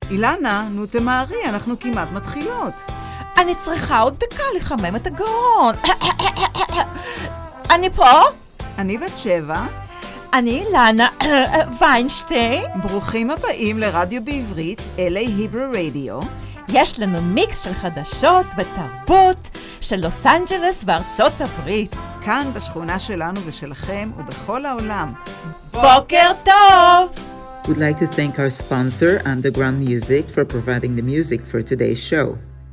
אילנה, נו תמהרי, אנחנו כמעט מתחילות. אני צריכה עוד דקה לחמם את הגרון. אני פה? אני בת 7. אני אילנה ויינשטיין. ברוכים הבאים לרדיו בעברית, LA Hebrew Radio. יש לנו מיקס של חדשות ותרבות של לוס אנג'לס וארצות הברית. כאן בשכונה שלנו ושלכם ובכל העולם. בוקר טוב! We'd like to thank our sponsor, Underground Music, for providing the music for today's show.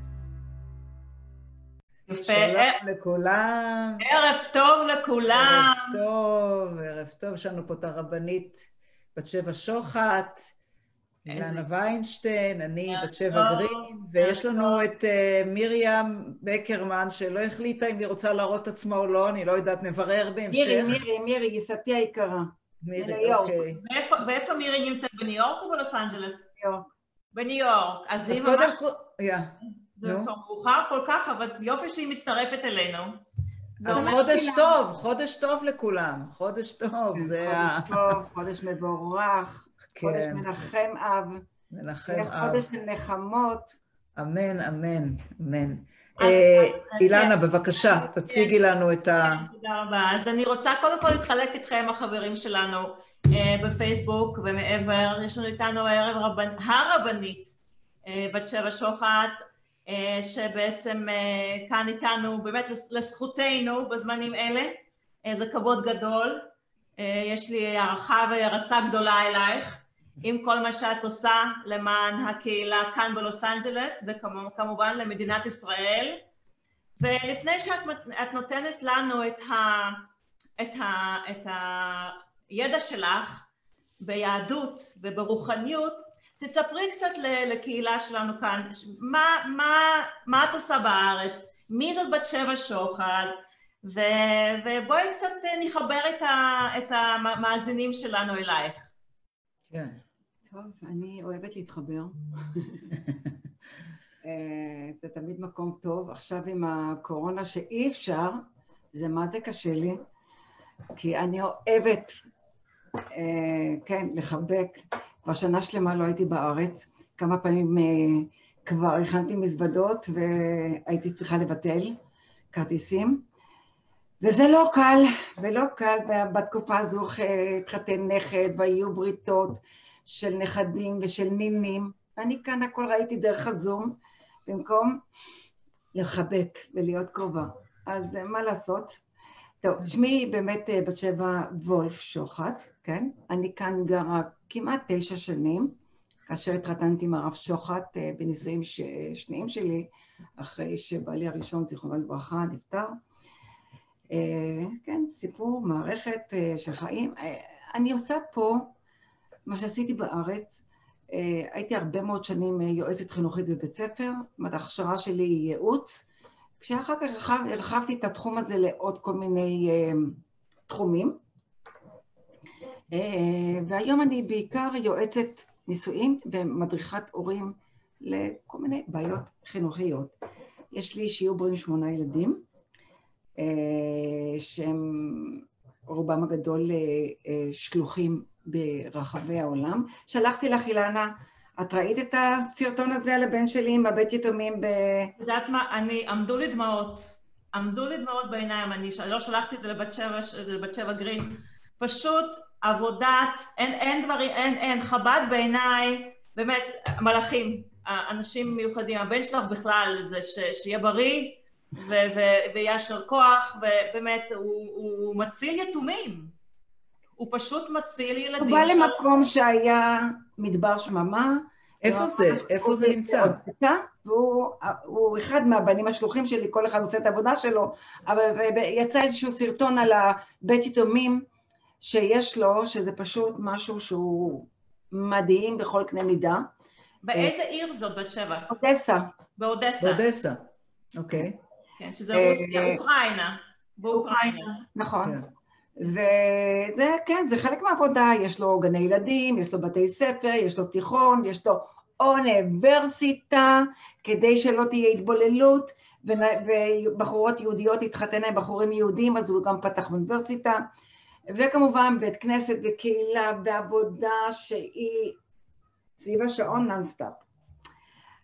שלום לכולם. ערב טוב לכולם. ערב טוב, יש לנו פה את הרבנית בת 7 שוחט, אילנה ויינשטיין, אני בת 7 גרין, ויש לנו את מרים בקרמן, שלא החליטה אם היא רוצה להראות את עצמה או לא, אני לא יודעת, נברר בהמשך. מירי, גיסתי היקרה. מירי, אוקיי. ואיפה מירי נמצאת? בניו יורק או בלוס אנג'לס? בניו יורק. בניו יורק. אז היא קודם ממש... כל... זה מאוחר כל כך, אבל יופי שהיא מצטרפת אלינו. אז חודש טוב לכולם, חודש טוב, זה חודש מבורך, חודש מנחם אב, חודש של נחמות. אמן, אמן, אמן. אילנה, בבקשה, תציגי לנו את ה... תודה רבה. אז אני רוצה קודם כל להתחלק איתכם, החברים שלנו, בפייסבוק ומעבר. יש לנו איתנו הערב הרבנית, בת 7 שוחט, שבעצם כאן איתנו, באמת לזכותנו בזמנים אלה. זה כבוד גדול. יש לי הערכה והערצה גדולה אלייך, עם כל מה שאת עושה למען הקהילה כאן בלוס אנג'לס, וכמובן למדינת ישראל. ולפני שאת נותנת לנו את הידע שלך ביהדות וברוחניות, תספרי קצת לקהילה שלנו כאן, מה את עושה בארץ, מי זאת בת 7 שוחט, ובואי קצת נחבר את המאזינים שלנו אלייך. כן. טוב, אני אוהבת להתחבר. זה תמיד מקום טוב. עכשיו עם הקורונה שאי אפשר, זה מה זה קשה לי, כי אני אוהבת, כן, לחבק. כבר שנה שלמה לא הייתי בארץ, כמה פעמים כבר הכנתי מזוודות והייתי צריכה לבטל כרטיסים, וזה לא קל, ולא קל, בתקופה הזו התחתן נכד והיו בריתות של נכדים ושל נינים, ואני כאן הכל ראיתי דרך הזום, במקום לחבק ולהיות קרובה. אז מה לעשות? טוב, שמי באמת בת 7 וולף שוחט, כן? אני כאן גרה כמעט 9 שנים, כאשר התחתנתי עם הרב שוחט בנישואים שניים שלי, אחרי שבעלי הראשון, זיכרונו לברכה, נפטר. כן, סיפור, מערכת של חיים. אני עושה פה מה שעשיתי בארץ, הייתי הרבה מאוד שנים יועצת חינוכית בבית ספר, זאת אומרת, ההכשרה שלי היא ייעוץ, כשאחר כך הרחבתי את התחום הזה לעוד כל מיני תחומים, והיום אני בעיקר יועצת נישואים ומדריכת הורים לכל מיני בעיות חינוכיות. יש לי שיהיו בריאים 8 ילדים, שהם רובם הגדול שלוחים ברחבי העולם. שלחתי לך אילנה, את ראית את הסרטון הזה על הבן שלי עם הבית יתומים יודעת מה, עמדו לי דמעות בעיניים, אני לא שלחתי את זה לבת 7 גרין, פשוט עבודת, אין דברים, אין, חב"ד בעיניי, באמת, מלאכים, אנשים מיוחדים, הבן שלך בכלל זה שיהיה בריא, וישר כוח, ובאמת, הוא מציל יתומים, הוא פשוט מציל ילדים. הוא בא למקום שהיה מדבר שממה. איפה זה? איפה זה נמצא? הוא אחד מהבנים השלוחים שלי, כל אחד עושה את העבודה שלו, אבל יצא איזשהו סרטון על הבית יתומים שיש לו, שזה פשוט משהו שהוא מדהים בכל קנה מידה. באיזה עיר זאת בת 7? אודסה. באודסה, אוקיי. כן, שזה רוסיה, באוקראינה. נכון. וזה, כן, זה חלק מהעבודה, יש לו גני ילדים, יש לו בתי ספר, יש לו תיכון, יש לו אוניברסיטה, כדי שלא תהיה התבוללות, ובחורות יהודיות התחתנה עם בחורים יהודים, אז הוא גם פתח אוניברסיטה, וכמובן בית כנסת וקהילה בעבודה שהיא סביב השעון נונסטאפ.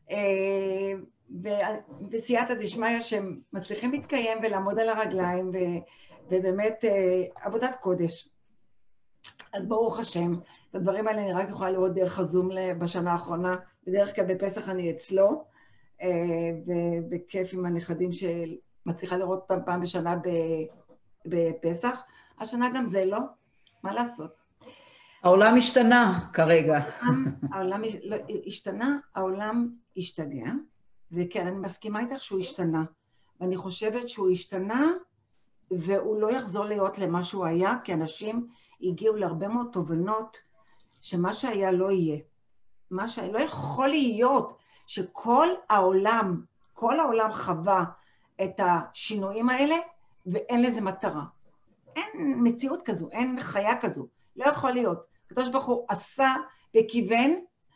בסייעתא דשמיא שהם מצליחים להתקיים ולעמוד על הרגליים, ובאמת עבודת קודש. אז ברוך השם, את הדברים האלה אני רק יכולה לראות דרך הזום בשנה האחרונה, בדרך כלל בפסח אני אצלו, ובכיף עם הנכדים שמצליחה לראות אותם פעם בשנה בפסח. השנה גם זה לא, מה לעשות? העולם השתנה כרגע. העולם השתנה, העולם השתגע, וכן, אני מסכימה איתך שהוא השתנה, ואני חושבת שהוא השתנה, והוא לא יחזור להיות למה שהוא היה, כי אנשים הגיעו להרבה מאוד תובנות, שמה שהיה לא יהיה. מה שלא יכול להיות, שכל העולם, כל העולם חווה את השינויים האלה, ואין לזה מטרה. אין מציאות כזו, אין חיה כזו, לא יכול להיות. הקדוש ברוך הוא עשה וכיוון,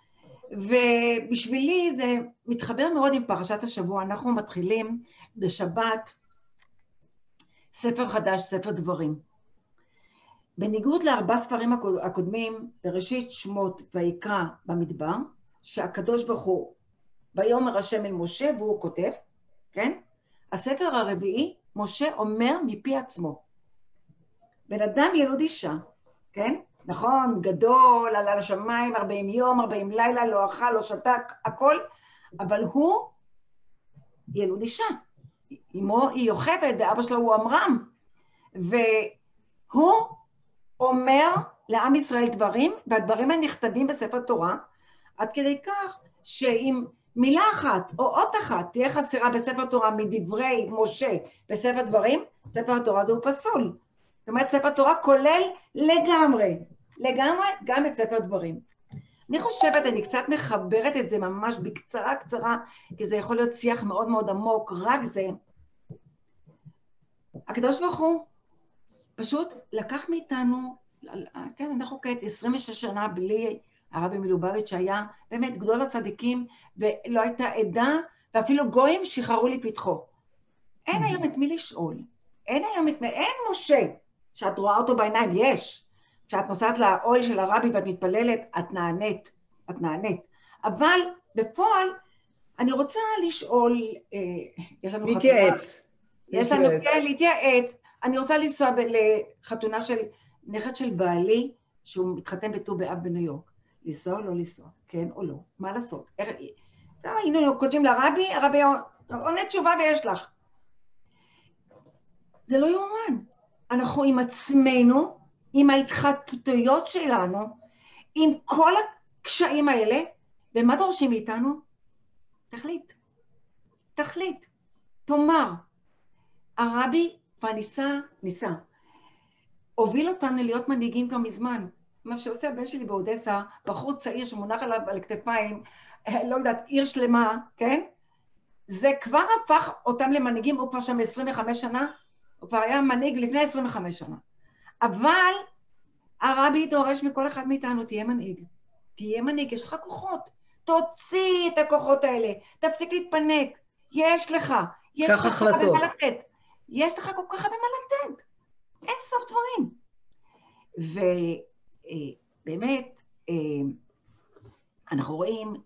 ובשבילי זה מתחבר מאוד עם פרשת השבוע. אנחנו מתחילים בשבת ספר חדש, ספר דברים. בניגוד לארבע ספרים הקודמים, בראשית, שמות ויקרא במדבר, שהקדוש ברוך הוא ויאמר השם אל משה והוא כותב, כן? הספר הרביעי, משה אומר מפי עצמו. בן אדם ילוד אישה, כן? נכון, גדול, עלה לשמיים, 40 יום, 40 לילה, לא אכל, לא שתק, הכל, אבל הוא ילוד אישה. אמו היא יוכבד, ואבא שלו הוא עמרם, והוא אומר לעם ישראל דברים, והדברים האלה נכתבים בספר תורה, עד כדי כך שאם מילה אחת או אות אחת תהיה חסרה בספר תורה מדברי משה בספר דברים, ספר התורה הזה הוא פסול. זאת אומרת, ספר תורה כולל לגמרי גם את ספר דברים. אני חושבת, אני קצת מחברת את זה ממש בקצרה קצרה, כי זה יכול להיות שיח מאוד מאוד עמוק, רק זה. הקדוש ברוך הוא פשוט לקח מאיתנו, כן, אנחנו כעת 26 שנה בלי הרבי מלובביץ' שהיה באמת גדול הצדיקים, ולא הייתה עדה, ואפילו גויים שחררו לי פתחו. אין היום את מי לשאול, אין משה, שאת רואה אותו בעיניים, יש. כשאת נוסעת לאוהל של הרבי ואת מתפללת, את נענית. אבל בפועל, אני רוצה לשאול, יש לנו להתייעץ. להתייעץ. אני רוצה לנסוע לחתונה של נכד של בעלי, שהוא מתחתן בט"ו באב בניו יורק. לנסוע או לא לנסוע, כן או לא, מה לעשות? היינו כותבים לרבי, הרבי עונה תשובה ויש לך. זה לא יאומן. אנחנו עם עצמנו, עם ההתחטטויות שלנו, עם כל הקשיים האלה, ומה דורשים מאיתנו? תחליט. תאמר, הרבי כבר ניסה. הוביל אותנו להיות מנהיגים כבר מזמן. מה שעושה הבן שלי באודסה, בחור צעיר שמונח עליו על כתפיים, לא יודעת, עיר שלמה, כן? זה כבר הפך אותם למנהיגים, הוא כבר שם 25 שנה, הוא כבר היה מנהיג לפני 25 שנה. אבל הרבי דורש מכל אחד מאיתנו, תהיה מנהיג, יש לך כוחות, תוציא את הכוחות האלה, תפסיק להתפנק, יש לך החלטות. יש לך כל כך הרבה מה לתת, אין סוף דברים. ובאמת, אנחנו רואים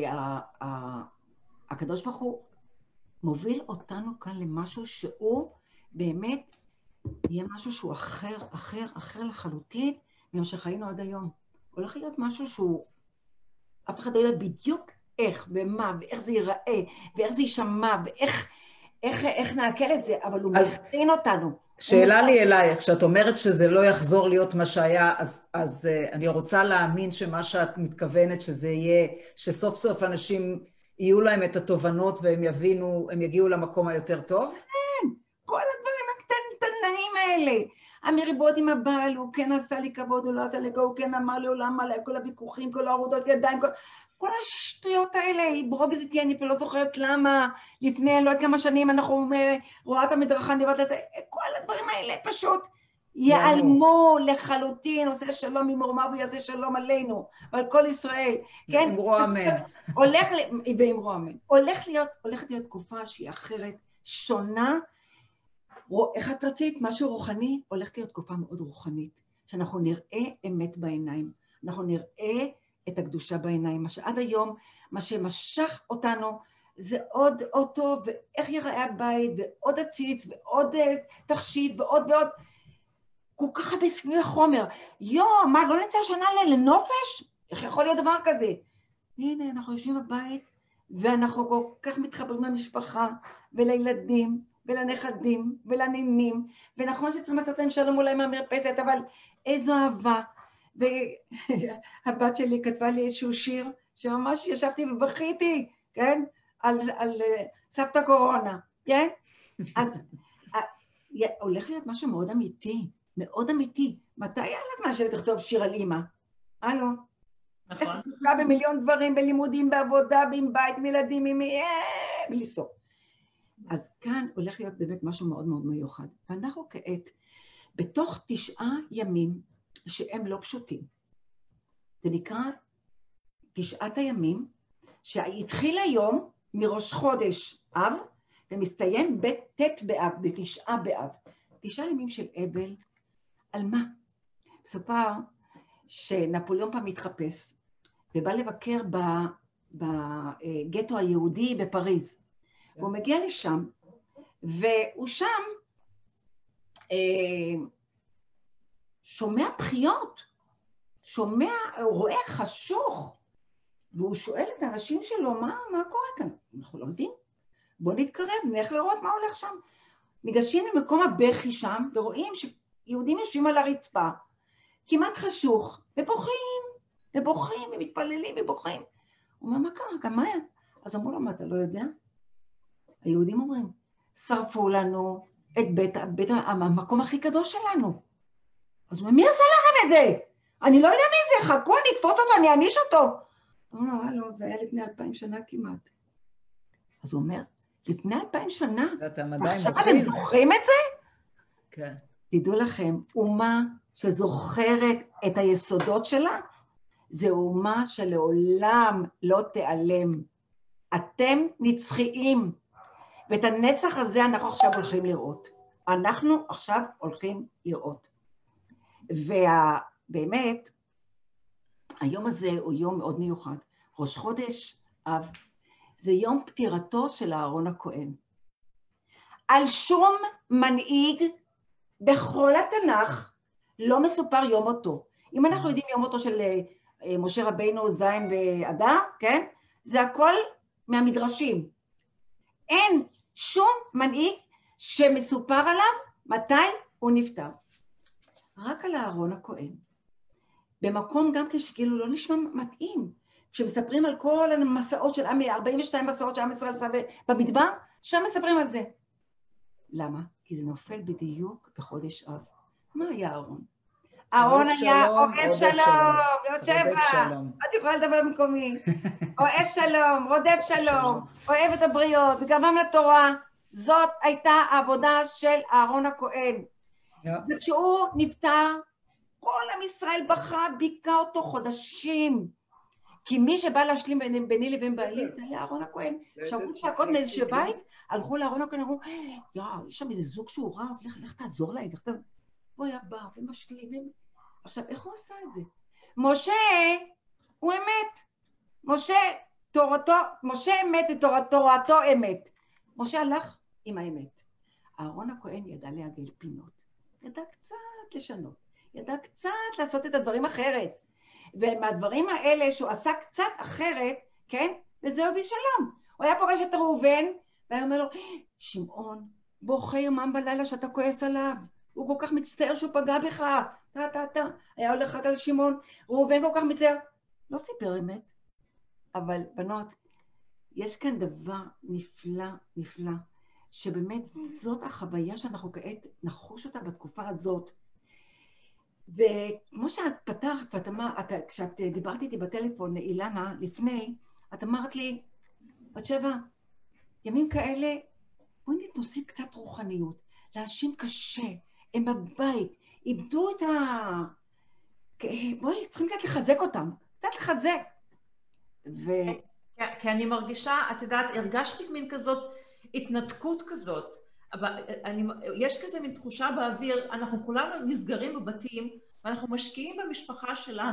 שהקדוש ברוך הוא מוביל אותנו כאן למשהו שהוא באמת יהיה משהו שהוא אחר לחלוטין ממה שחיינו עד היום. הולך להיות משהו שהוא, אף אחד לא יודע בדיוק איך ומה, ואיך זה ייראה, ואיך זה יישמע, ואיך נעכל את זה, אבל הוא מכין אותנו. שאלה לי אלייך, שאת אומרת שזה לא יחזור להיות מה שהיה, אז אני רוצה להאמין שמה שאת מתכוונת שזה יהיה, שסוף סוף אנשים יהיו להם את התובנות והם יבינו, הם יגיעו למקום היותר טוב? כן, כל הדברים הקטנטנים האלה. המריבות עם הבעל, הוא כן עשה לי כבוד, הוא לא עשה לי כבוד, הוא כן אמר לי עולם מלא, כל הוויכוחים, כל הערודות ידיים, כל השטויות האלה, ברוגז איתי, אני לא זוכרת למה, לפני לא יודעת כמה שנים אנחנו רואה את המדרכה, נראות לזה, כל הדברים האלה פשוט יעלמו לחלוטין, עושה שלום ממרומיו ויעשה שלום עלינו, ועל כל ישראל, כן? אמרו אמן. ואמרו אמן. הולכת להיות תקופה שהיא אחרת, שונה, איך את רצית? משהו רוחני? הולכת להיות תקופה מאוד רוחנית, שאנחנו נראה אמת בעיניים, אנחנו נראה את הקדושה בעיניים. מה שעד היום, מה שמשך אותנו, זה עוד אוטו, ואיך ייראה הבית, ועוד הציץ, ועוד תכשיט, ועוד ועוד. כל כך הרבה סביב החומר. מה, לא נצא השנה לנופש? איך יכול להיות דבר כזה? הנה, אנחנו יושבים בבית, ואנחנו כל כך מתחברים למשפחה, ולילדים, ולנכדים, ולנינים, ונכון שצריכים לעשות להם שלום אולי מהמרפסת, אבל איזו אהבה. והבת שלי כתבה לי איזשהו שיר, שממש ישבתי ובכיתי, כן? על סבתא קורונה, כן? אז הולך להיות משהו מאוד אמיתי, מאוד אמיתי. מתי היה לזמן שלי לכתוב שיר על אמא? הלו? נכון. איך עסוקה במיליון דברים, בלימודים, בעבודה, עם בית, עם ילדים, בלי סוף. אז כאן הולך להיות באמת משהו מאוד מאוד מיוחד. ואנחנו כעת, בתוך 9 ימים שהם לא פשוטים. זה נקרא 9 הימים, שהתחיל היום מראש חודש אב, ומסתיים בט' באב, ב9 באב. 9 ימים של אבל, על מה? סופר שנפוליאון פעם מתחפש, ובא לבקר בגטו היהודי בפריז. והוא מגיע לשם, והוא שם שומע בחיות, רואה חשוך, והוא שואל את האנשים שלו, מה קורה כאן? אנחנו לא יודעים. בואו נתקרב, נלך לראות מה הולך שם. ניגשים למקום הבכי שם, ורואים שיהודים יושבים על הרצפה, כמעט חשוך, ובוכים, ומתפללים ובוכים. הוא אומר, מה קרה? גם מה היה? אז אמרו לו, מה, אתה לא יודע? היהודים אומרים, שרפו לנו את המקום הכי קדוש שלנו. אז הוא אומר, מי עשה לכם את זה? אני לא יודע מי זה, חכו, אני אתפוס אותו, אני אעניש אותו. הוא אומר, לא, זה היה לפני 2000 שנה כמעט. אז הוא אומר, לפני 2000 שנה, עכשיו אתם זוכרים את זה? כן. תדעו לכם, אומה שזוכרת את היסודות שלה, זה אומה שלעולם לא תיעלם. אתם נצחיים, ואת הנצח הזה אנחנו עכשיו הולכים לראות. אנחנו עכשיו הולכים לראות. ובאמת, היום הזה הוא יום מאוד מיוחד. ראש חודש אב, זה יום פטירתו של אהרון הכהן. על שום מנהיג בכל התנ"ך לא מסופר יום מותו. אם אנחנו יודעים יום מותו של משה רבינו ז' באדר, כן? זה הכל מהמדרשים. אין שום מנהיג שמסופר עליו מתי הוא נפטר. רק על אהרון הכהן. במקום גם כשכאילו לא נשמע מתאים. כשמספרים על כל המסעות של 42 מסעות שעם ישראל עשה במדבר, שם מספרים על זה. למה? כי זה נופל בדיוק בחודש אב. מה היה אהרון? אהרון היה אוהב שלום, ועוד 7. את יכולה לדבר במקומי. אוהב שלום, רודף שלום, אוהב את הבריות, וגרם לתורה. זאת הייתה העבודה של אהרון הכהן. וכשהוא נפטר, כל עם ישראל בכה, ביקה אותו חודשים. כי מי שבא להשלים ביני לבין בעלי, זה היה אהרון הכהן. שמעו צעקות מאיזשהו בית, הלכו לאהרון הכהן, אמרו, יש שם איזה זוג שהוא רב, לך תעזור להם, הוא היה בא ומשלים. עכשיו, איך הוא עשה את זה? משה, הוא אמת. משה אמת ותורתו אמת. משה הלך עם האמת. אהרון הכהן ידע לעגל פינות. ידע קצת לשנות. ידע קצת לעשות את הדברים אחרת. ומהדברים האלה שהוא עשה קצת אחרת, כן? וזהו בשלום. הוא היה פוגש את ראובן, והיה אומר לו, שמעון, בוכה יומם בלילה שאתה כועס עליו. הוא כל כך מצטער שהוא פגע בך. היה הולך רק על שמעון. ראובן כל כך מצטער. לא סיפר אמת. אבל בנות, יש כאן דבר נפלא, נפלא, שבאמת זאת החוויה שאנחנו כעת נחוש אותה בתקופה הזאת. וכמו שאת פתחת, כשאת דיברת איתי בטלפון, אילנה, לפני, את אמרת לי, בת 7, ימים כאלה, בואי נוסיף קצת רוחניות. לאנשים קשה, הם בבית, איבדו את בואי, צריכים קצת לחזק אותם, קצת לחזק. כי אני מרגישה, את יודעת, הרגשתי מין כזאת, התנתקות כזאת. אבל יש כזה מין תחושה באוויר, אנחנו כולנו נסגרים בבתים, ואנחנו משקיעים במשפחה שלנו.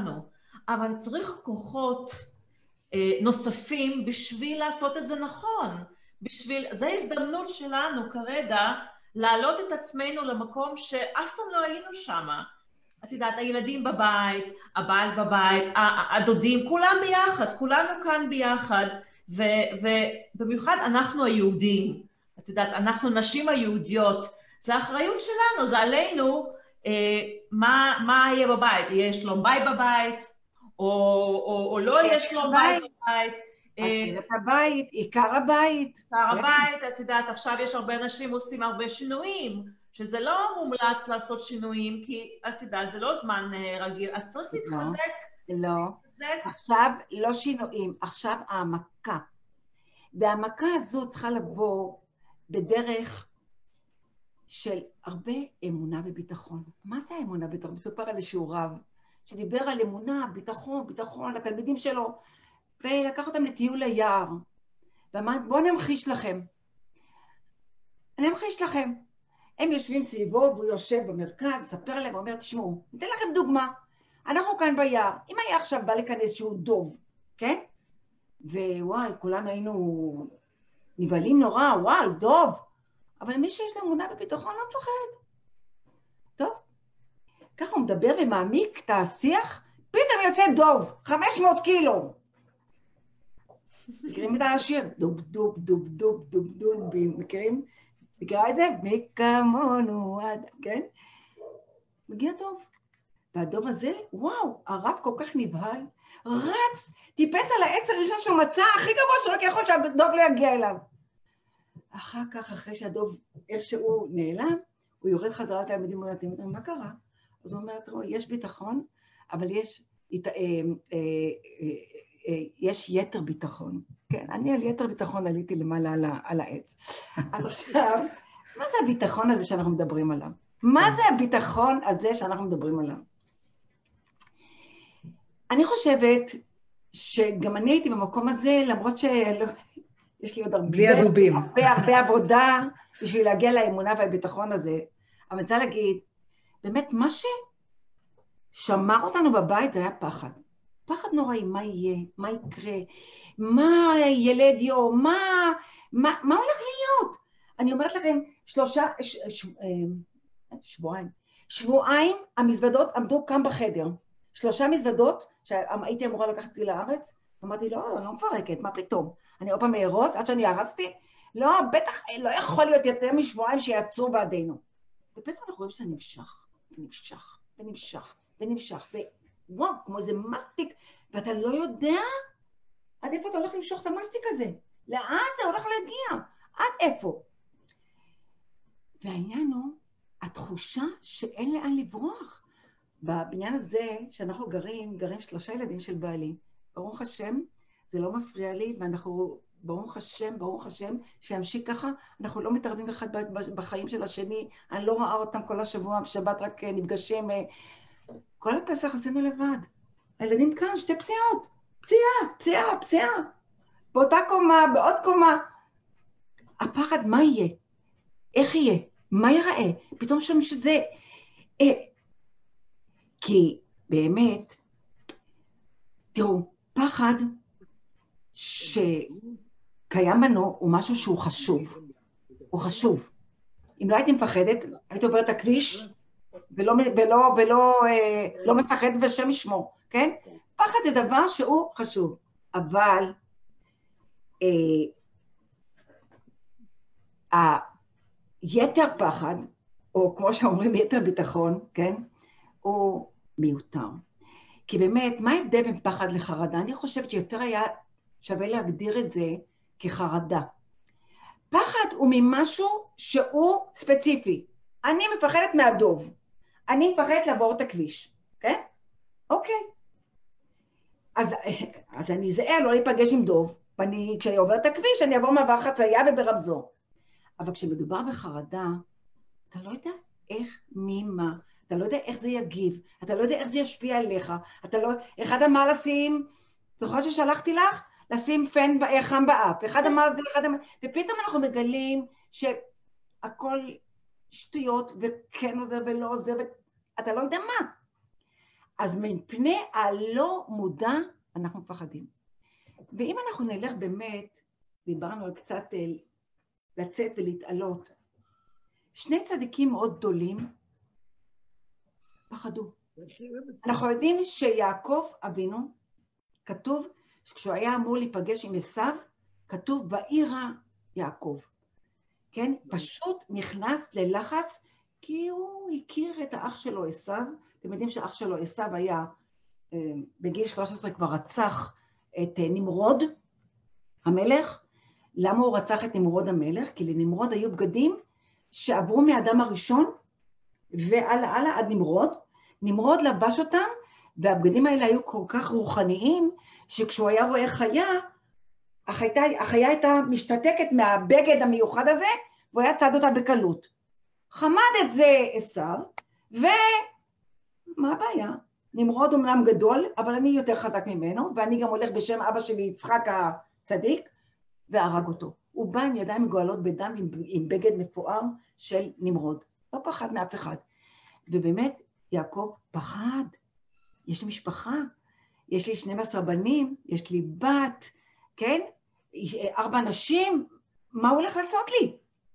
אבל צריך כוחות נוספים בשביל לעשות את זה נכון. זו הזדמנות שלנו כרגע להעלות את עצמנו למקום שאף פעם לא היינו שם. את יודעת, הילדים בבית, הבעל בבית, הדודים, כולם ביחד, כולנו כאן ביחד, ובמיוחד אנחנו היהודים, את יודעת, אנחנו נשים היהודיות, זה האחריות שלנו, זה עלינו, מה יהיה בבית? יהיה שלום בית בבית, או לא יהיה שלום בית בבית. הבית, עיקר הבית. עיקר הבית, את יודעת, עכשיו יש הרבה אנשים עושים הרבה שינויים, שזה לא מומלץ לעשות שינויים, כי את יודעת, זה לא זמן רגיל, אז צריך להתחזק. לא, עכשיו לא שינויים, עכשיו העמקה. והעמקה הזו צריכה לבוא בדרך של הרבה אמונה וביטחון. מה זה האמונה וביטחון? מסופר על איזשהו רב, שדיבר על אמונה, ביטחון, לתלמידים שלו, ולקח אותם לטיול ליער. ואמר, בואו נמחיש לכם. אני אמחיש לכם. הם יושבים סביבו, והוא יושב במרכז, מספר להם, ואומר, תשמעו, ניתן לכם דוגמה. אנחנו כאן ביער. אם היה עכשיו בא לכאן איזשהו דוב, כן? ווואי, כולנו היינו נבהלים נורא, וואי, דוב. אבל מי שיש לו אמונה וביטחון לא מפחד. טוב. ככה הוא מדבר ומעמיק את השיח, פתאום יוצא דוב, 500 קילו. מכירים את השיר? דוב, דוב, דוב, דוב, דוב, דוב, מכירים? מכירה את זה? מי כמונו, כן? מגיע דוב. והדוב הזה, וואו, הרב כל כך נבהל, רץ, טיפס על העץ הראשון שהוא מצא, הכי גבוה שרק יכול שהדוב לא יגיע אליו. אחר כך, אחרי שהדוב איכשהו נעלם, הוא יורד חזרה לתלמידים ומתאים אותם, מה קרה? אז הוא אומר, תראו, יש ביטחון, אבל יש יתר ביטחון. כן, אני על יתר ביטחון עליתי למעלה על העץ. אז עכשיו, מה זה הביטחון הזה שאנחנו מדברים עליו? מה זה הביטחון הזה שאנחנו מדברים עליו? אני חושבת שגם אני הייתי במקום הזה, למרות שיש לי עוד הרבה עבודה בשביל להגיע לאמונה והביטחון הזה. אבל אני רוצה להגיד, באמת, מה ששמר אותנו בבית זה היה פחד. פחד נוראי, מה יהיה, מה יקרה, מה ילד יום, מה הולך להיות? אני אומרת לכם, שבועיים המזוודות עמדו כאן בחדר. 3 מזוודות שהייתי אמורה לקחת לי לארץ, אמרתי, לא, אני לא מפרקת, מה פתאום? אני עוד פעם ארוס, עד שאני הרסתי? לא, בטח לא יכול להיות יותר משבועיים שיעצרו בעדינו. ופתאום אנחנו רואים שזה נמשך, ווואו, כמו איזה מסטיק, ואתה לא יודע עד איפה אתה הולך למשוך את המסטיק הזה. לאן זה הולך להגיע? עד איפה? והעניין הוא, התחושה שאין לאן לברוח. בבניין הזה שאנחנו גרים 3 ילדים של בעלי. ברוך השם, זה לא מפריע לי, ואנחנו, ברוך השם, שימשיך ככה, אנחנו לא מתערבים אחד בחיים של השני, אני לא רואה אותם כל השבוע, בשבת רק נפגשים, כל הפסח עשינו לבד. הילדים כאן, 2 פציעות, פציעה, באותה קומה, בעוד קומה. הפחד, מה יהיה? איך יהיה? מה ייראה? פתאום שם שזה... כי באמת, תראו, פחד שקיים בנו הוא משהו שהוא חשוב. הוא חשוב. אם לא הייתי מפחדת, הייתי עוברת את הכביש, ולא מפחדת ושם ישמור, כן? פחד זה דבר שהוא חשוב, אבל היתר פחד, או כמו שאומרים יתר ביטחון, כן? הוא מיותר. כי באמת, מה ההבדל בין פחד לחרדה? אני חושבת שיותר היה שווה להגדיר את זה כחרדה. פחד הוא ממשהו שהוא ספציפי. אני מפחדת מהדוב. אני מפחדת לעבור את הכביש, כן? אוקיי. אז אני אזהר לא להיפגש עם דוב, כשאני עובר את הכביש, אני אעבור מעבר חצייה וברמזור. אבל כשמדובר בחרדה, אתה לא יודע איך, מה, אתה לא יודע איך זה יגיב, אתה לא יודע איך זה ישפיע עליך, אתה לא... אחד אמר לשים, זוכרת ששלחתי לך? לשים פן חם באף, אחד אמר זה, ופתאום אנחנו מגלים שהכל שטויות, וכן עוזר ולא עוזר, ואתה לא יודע מה. אז מפני הלא מודע אנחנו מפחדים. ואם אנחנו נלך באמת, דיברנו על קצת לצאת ולהתעלות, שני צדיקים מאוד גדולים פחדו. אנחנו יודעים שיעקב אבינו, כתוב שכשהוא היה אמור להיפגש עם עשיו, כתוב וירא יעקב. כן? פשוט נכנס ללחץ, כי הוא הכיר את האח שלו עשיו. אתם יודעים שהאח שלו עשיו היה בגיל 13 כבר רצח את נמרוד המלך. למה הוא רצח את נמרוד המלך? כי לנמרוד היו בגדים שעברו מהאדם הראשון והלאה עד נמרוד. נמרוד לבש אותם, והבגדים האלה היו כל כך רוחניים, שכשהוא היה רואה חיה, החיה הייתה משתתקת מהבגד המיוחד הזה, והוא היה צד אותה בקלות. חמד את זה עשיו, ומה הבעיה? נמרוד אומנם גדול, אבל אני יותר חזק ממנו, ואני גם הולך בשם אבא שלי יצחק הצדיק, והרג אותו. הוא בא עם ידיים מגואלות בדם, עם בגד מפואר של נמרוד. לא פחד מאף אחד. ובאמת, יעקב פחד. יש לי משפחה, יש לי 12 בנים, יש לי בת, כן? 4 נשים, מה הוא הולך לעשות לי?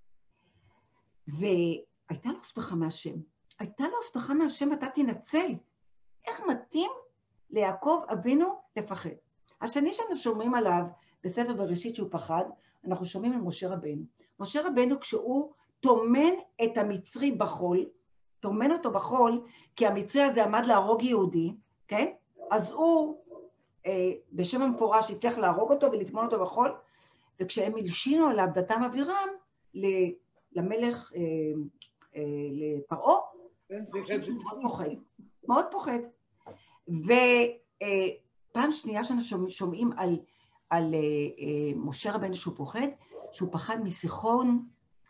והייתה לו הבטחה מהשם. הייתה לו הבטחה מהשם, אתה תנצל. איך מתאים ליעקב אבינו לפחד? השני שאנחנו שומעים עליו בספר בראשית שהוא פחד, אנחנו שומעים על משה רבנו. משה רבנו כשהוא תומן את המצרי בחול, תומן אותו בחול, כי המצרי הזה עמד להרוג יהודי, כן? אז הוא בשם המפורש הצליח להרוג אותו ולטמון אותו בחול, וכשהם הלשינו עליו דתם אבירם למלך, לפרעה, מאוד פוחד. ופעם שנייה שאנחנו שומעים על משה רבנו שהוא פוחד, שהוא פחד מסיחון,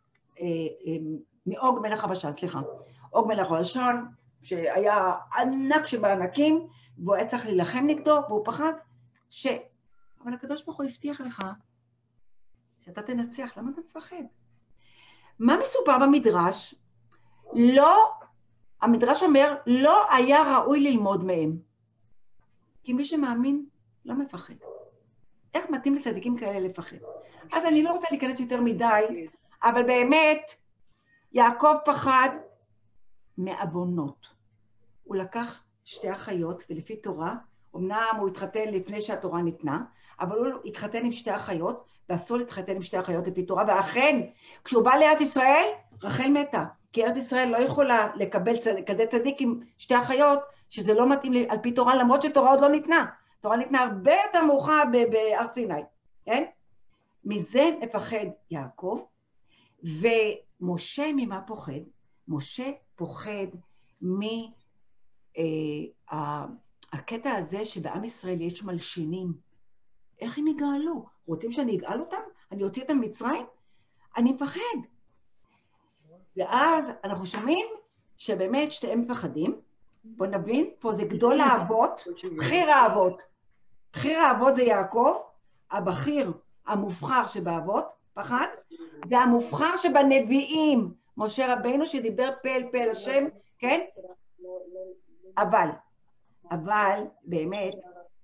מאוג מלך הבשן, סליחה. אוג מלך הבשן, שהיה ענק שבענקים, והוא היה צריך להילחם נגדו, והוא פחד אבל הקדוש ברוך הוא הבטיח לך שאתה תנצח, למה אתה מפחד? מה מסופר במדרש? לא, המדרש אומר, לא היה ראוי ללמוד מהם. כי מי שמאמין לא מפחד. איך מתאים לצדיקים כאלה לפחד? אז אני לא רוצה להיכנס יותר מדי, אבל באמת, יעקב פחד מעוונות. הוא לקח 2 אחיות, ולפי תורה, אמנם הוא התחתן לפני שהתורה ניתנה, אבל הוא התחתן עם 2 אחיות, ואסור להתחתן עם 2 אחיות לפי תורה, ואכן, כשהוא בא לארץ ישראל, רחל מתה, כי ארץ ישראל לא יכולה לקבל כזה צדיק עם 2 אחיות, שזה לא מתאים על פי תורה, למרות שתורה עוד לא ניתנה. תורה ניתנה הרבה יותר מאוחר בהר סיני, כן? מזה מפחד יעקב, ומשה ממה פוחד? משה פוחד הקטע הזה שבעם ישראל יש מלשינים. איך הם יגאלו? רוצים שאני אגאל אותם? אני אוציא אותם ממצרים? אני מפחד. ואז אנחנו שומעים שבאמת שתיהם מפחדים. בוא נבין, פה זה גדול האבות, בכיר האבות. בכיר האבות זה יעקב, הבכיר, המובחר שבאבות, פחד, והמובחר שבנביאים, משה רבנו שדיבר פה אל פה אל השם, כן? אבל באמת,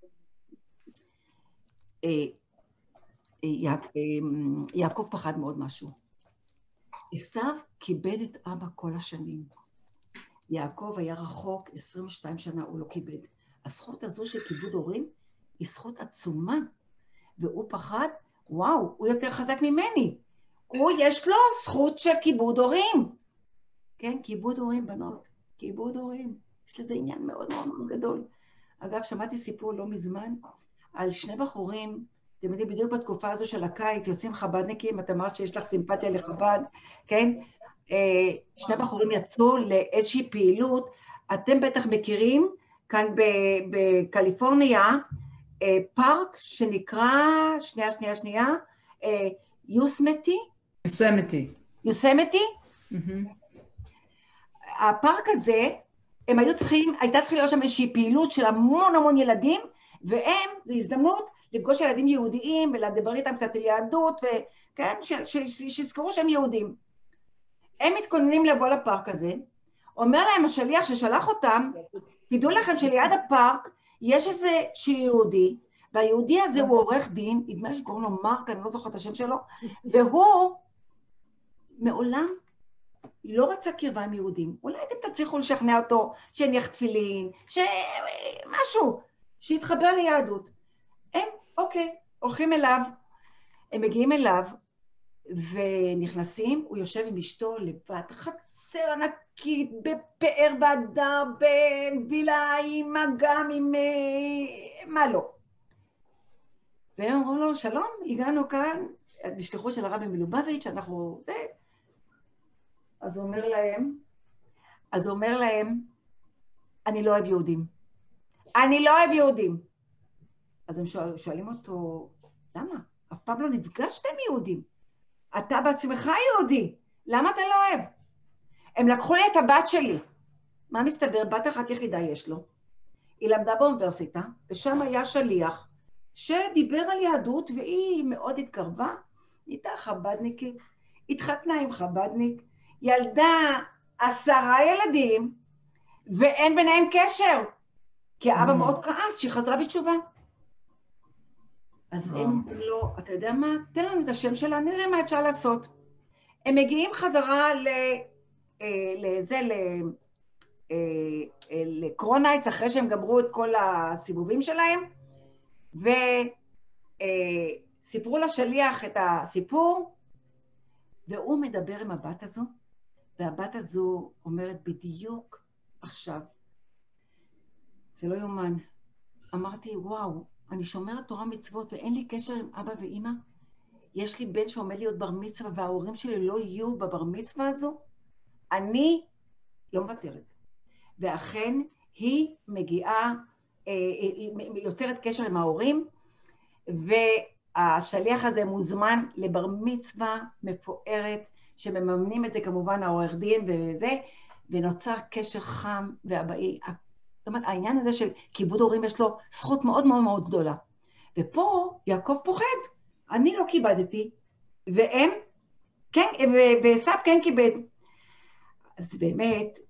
יעקב פחד מאוד משהו. עשיו כיבד את אבא כל השנים. יעקב היה רחוק, 22 שנה הוא לא כיבד. הזכות הזו של כיבוד הורים היא זכות עצומה, והוא פחד, וואו, הוא יותר חזק ממני. יש לו זכות של כיבוד הורים. כן, כיבוד הורים, בנות, כיבוד הורים. יש לזה עניין מאוד מאוד מאוד גדול. אגב, שמעתי סיפור לא מזמן על 2 בחורים, אתם יודעים, בדיוק בתקופה הזו של הקיץ, יוצאים חבדניקים, את אמרת שיש לך סימפתיה לחב"ד, כן? 2 בחורים יצאו לאיזושהי פעילות, אתם בטח מכירים, כאן בקליפורניה, פארק שנקרא, שנייה, יוסמטי. הפארק הזה, הייתה צריכה להיות שם איזושהי פעילות של המון ילדים, והם, זו הזדמנות לפגוש ילדים יהודיים, ולדבר איתם קצת על יהדות, וכן, שיזכרו שהם יהודים. הם מתכוננים לבוא לפארק הזה, אומר להם השליח ששלח אותם, תדעו לכם שליד הפארק יש איזה יהודי, והיהודי הזה הוא עורך דין, נדמה לי שקוראים לו מרק, אני לא זוכרת את השם שלו, והוא מעולם לא רצה קרבה עם יהודים. אולי אתם תצליחו לשכנע אותו שיניח תפילין, משהו, שיתחבר ליהדות. הם, אוקיי, הולכים אליו, הם מגיעים אליו, ונכנסים, הוא יושב עם אשתו לבד, חצר ענקית, בפאר והדר, בווילה עם אגם, עם מה לא. והם אמרו לו, שלום, הגענו כאן, בשליחות של הרבי מלובביץ', אנחנו זה. אז הוא אומר להם, אני לא אוהב יהודים. אני לא אוהב יהודים. אז הם שואלים אותו, למה? אף פעם לא נפגשתם יהודים. אתה בעצמך יהודי, למה אתה לא אוהב? הם לקחו לי את הבת שלי. מה מסתבר? בת אחת יחידה יש לו. היא למדה באוניברסיטה, ושם היה שליח, שדיבר על יהדות, והיא מאוד התקרבה, הייתה חבדניקית, התחתנה עם חבדניק, ילדה 10 ילדים, ואין ביניהם קשר, כי האבא מאוד כעס שהיא חזרה בתשובה. אז הם לא, אתה יודע מה? תן לנו את השם שלה, נראה מה אפשר לעשות. הם מגיעים חזרה לקרונייץ, אחרי שהם גמרו את כל הסיבובים שלהם, וסיפרו לשליח את הסיפור, והוא מדבר עם הבת הזו, והבת הזו אומרת בדיוק עכשיו, זה לא יומן. אמרתי, וואו, אני שומרת תורה מצוות ואין לי קשר עם אבא ואמא. יש לי בן שעומד להיות בר מצווה וההורים שלי לא יהיו בבר מצווה הזו. אני לא מוותרת. ואכן היא מגיעה, היא יוצרת קשר עם ההורים, והשליח הזה מוזמן לבר מצווה מפוארת, שמממנים את זה כמובן העורך דין וזה, ונוצר קשר חם ואבאי. זאת אומרת, העניין הזה של כיבוד הורים יש לו זכות מאוד מאוד מאוד גדולה. ופה יעקב פוחד, אני לא כיבדתי, והם, כן, ועשיו כן כיבד. אז באמת,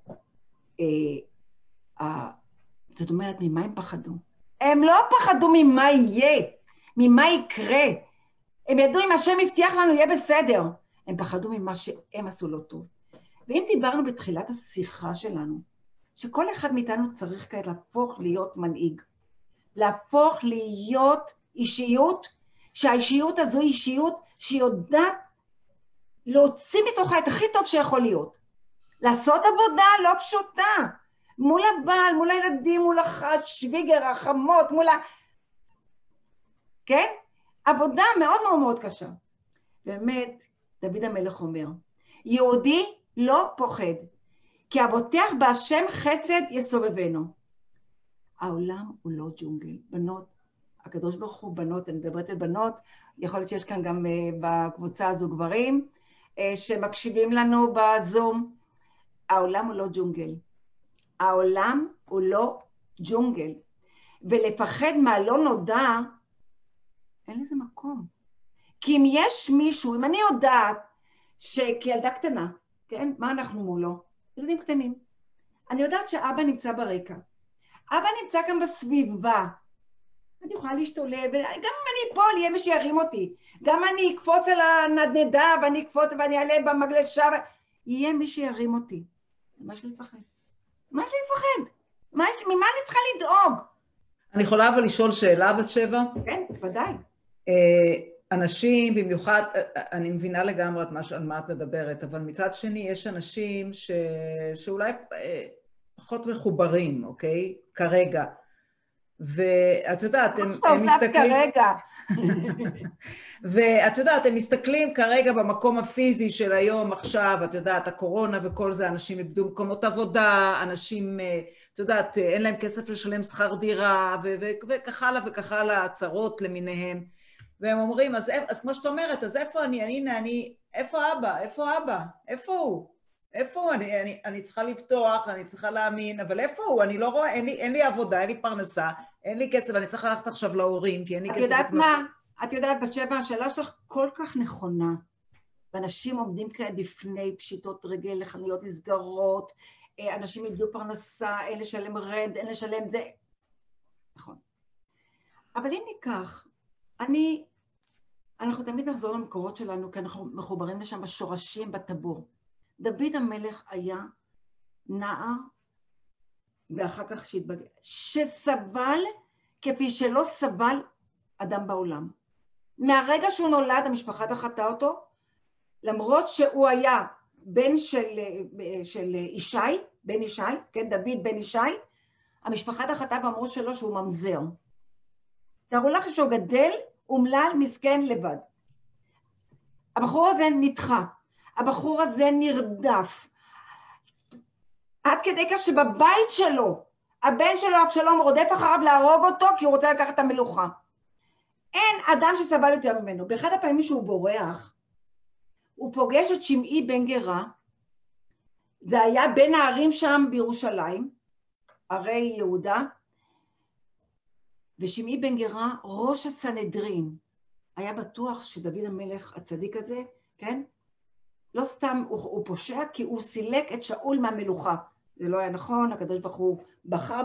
זאת אומרת, ממה הם פחדו? הם לא פחדו ממה יהיה, ממה יקרה. הם ידעו אם השם הבטיח לנו יהיה בסדר. הם פחדו ממה שהם עשו לא טוב. ואם דיברנו בתחילת השיחה שלנו, שכל אחד מאיתנו צריך כעת להפוך להיות מנהיג, להפוך להיות אישיות, שהאישיות הזו היא אישיות שיודעת להוציא מתוכה את הכי טוב שיכול להיות. לעשות עבודה לא פשוטה, מול הבעל, מול הילדים, מול השוויגר, החמות, מול כן? עבודה מאוד מאוד מאוד קשה. באמת, דוד המלך אומר, יהודי לא פוחד, כי הבוטח בהשם חסד יסובבנו. העולם הוא לא ג'ונגל. בנות, הקדוש ברוך הוא בנות, אני מדברת על בנות, יכול להיות שיש כאן גם בקבוצה הזו גברים, שמקשיבים לנו בזום. העולם הוא לא ג'ונגל. העולם הוא לא ג'ונגל. ולפחד מה לא נודע, אין לזה מקום. כי אם יש מישהו, אם אני יודעת שכילדה קטנה, כן? מה אנחנו מולו? ילדים קטנים. אני יודעת שאבא נמצא ברקע. אבא נמצא כאן בסביבה. אני יכולה להשתולב, וגם אם אני אפול, יהיה מי שירים אותי. גם אני אקפוץ על הנדנדה, ואני אקפוץ ואני אעלה במגלשה, יהיה מי שירים אותי. מה יש לי לפחד? מה יש לי לפחד? ממה אני צריכה לדאוג? אני יכולה אבל לשאול שאלה בת שבע? כן, ודאי. אנשים, במיוחד, אני מבינה לגמרי על מה את מדברת, אבל מצד שני יש אנשים שאולי פחות מחוברים, אוקיי? כרגע. ואת יודעת, הם מסתכלים... ואת יודעת, הם מסתכלים כרגע במקום הפיזי של היום, עכשיו, את יודעת, הקורונה וכל זה, אנשים איבדו מקומות עבודה, אנשים, את יודעת, אין להם כסף לשלם שכר דירה, וכך הלאה וכך הלאה, הצרות למיניהם. והם אומרים, אז כמו שאת אומרת, אז איפה איפה אבא? איפה אבא? איפה הוא? איפה הוא? אני צריכה לפתוח, אני צריכה להאמין, אבל איפה הוא? אני לא רואה, אין לי עבודה, אין לי פרנסה, אין לי כסף, אני צריכה ללכת עכשיו להורים, כי אין לי כסף. את יודעת מה? את יודעת, בת שבע, השאלה שלך כל כך נכונה, ואנשים עומדים כאן בפני פשיטות רגל, לחנויות נסגרות, אנשים איבדו פרנסה, אין לשלם רד, אין לשלם זה. נכון. אבל אם ניקח, אנחנו תמיד נחזור למקורות שלנו, כי אנחנו מחוברים לשם בשורשים, בטבור. דוד המלך היה נער, ואחר כך שהתבגר, שסבל כפי שלא סבל אדם בעולם. מהרגע שהוא נולד, המשפחה דחתה אותו, למרות שהוא היה בן של ישי, בן ישי, כן, דוד בן ישי, המשפחה דחתה ואמרו שלו שהוא ממזר. תראו לכם שהוא גדל, אומלל, מסכן, לבד. הבחור הזה נדחה, הבחור הזה נרדף, עד כדי כך שבבית שלו, הבן שלו, אבשלום, רודף אחריו להרוג אותו, כי הוא רוצה לקחת את המלוכה. אין אדם שסבל יותר ממנו. באחד הפעמים שהוא בורח, הוא פוגש את שמעי בן גרה, זה היה בין הערים שם בירושלים, ערי יהודה, ושמעי בן גרה, ראש הסנהדרין, היה בטוח שדוד המלך הצדיק הזה, כן? לא סתם הוא פושע, כי הוא סילק את שאול מהמלוכה. זה לא היה נכון, הקדוש ברוך הוא בחר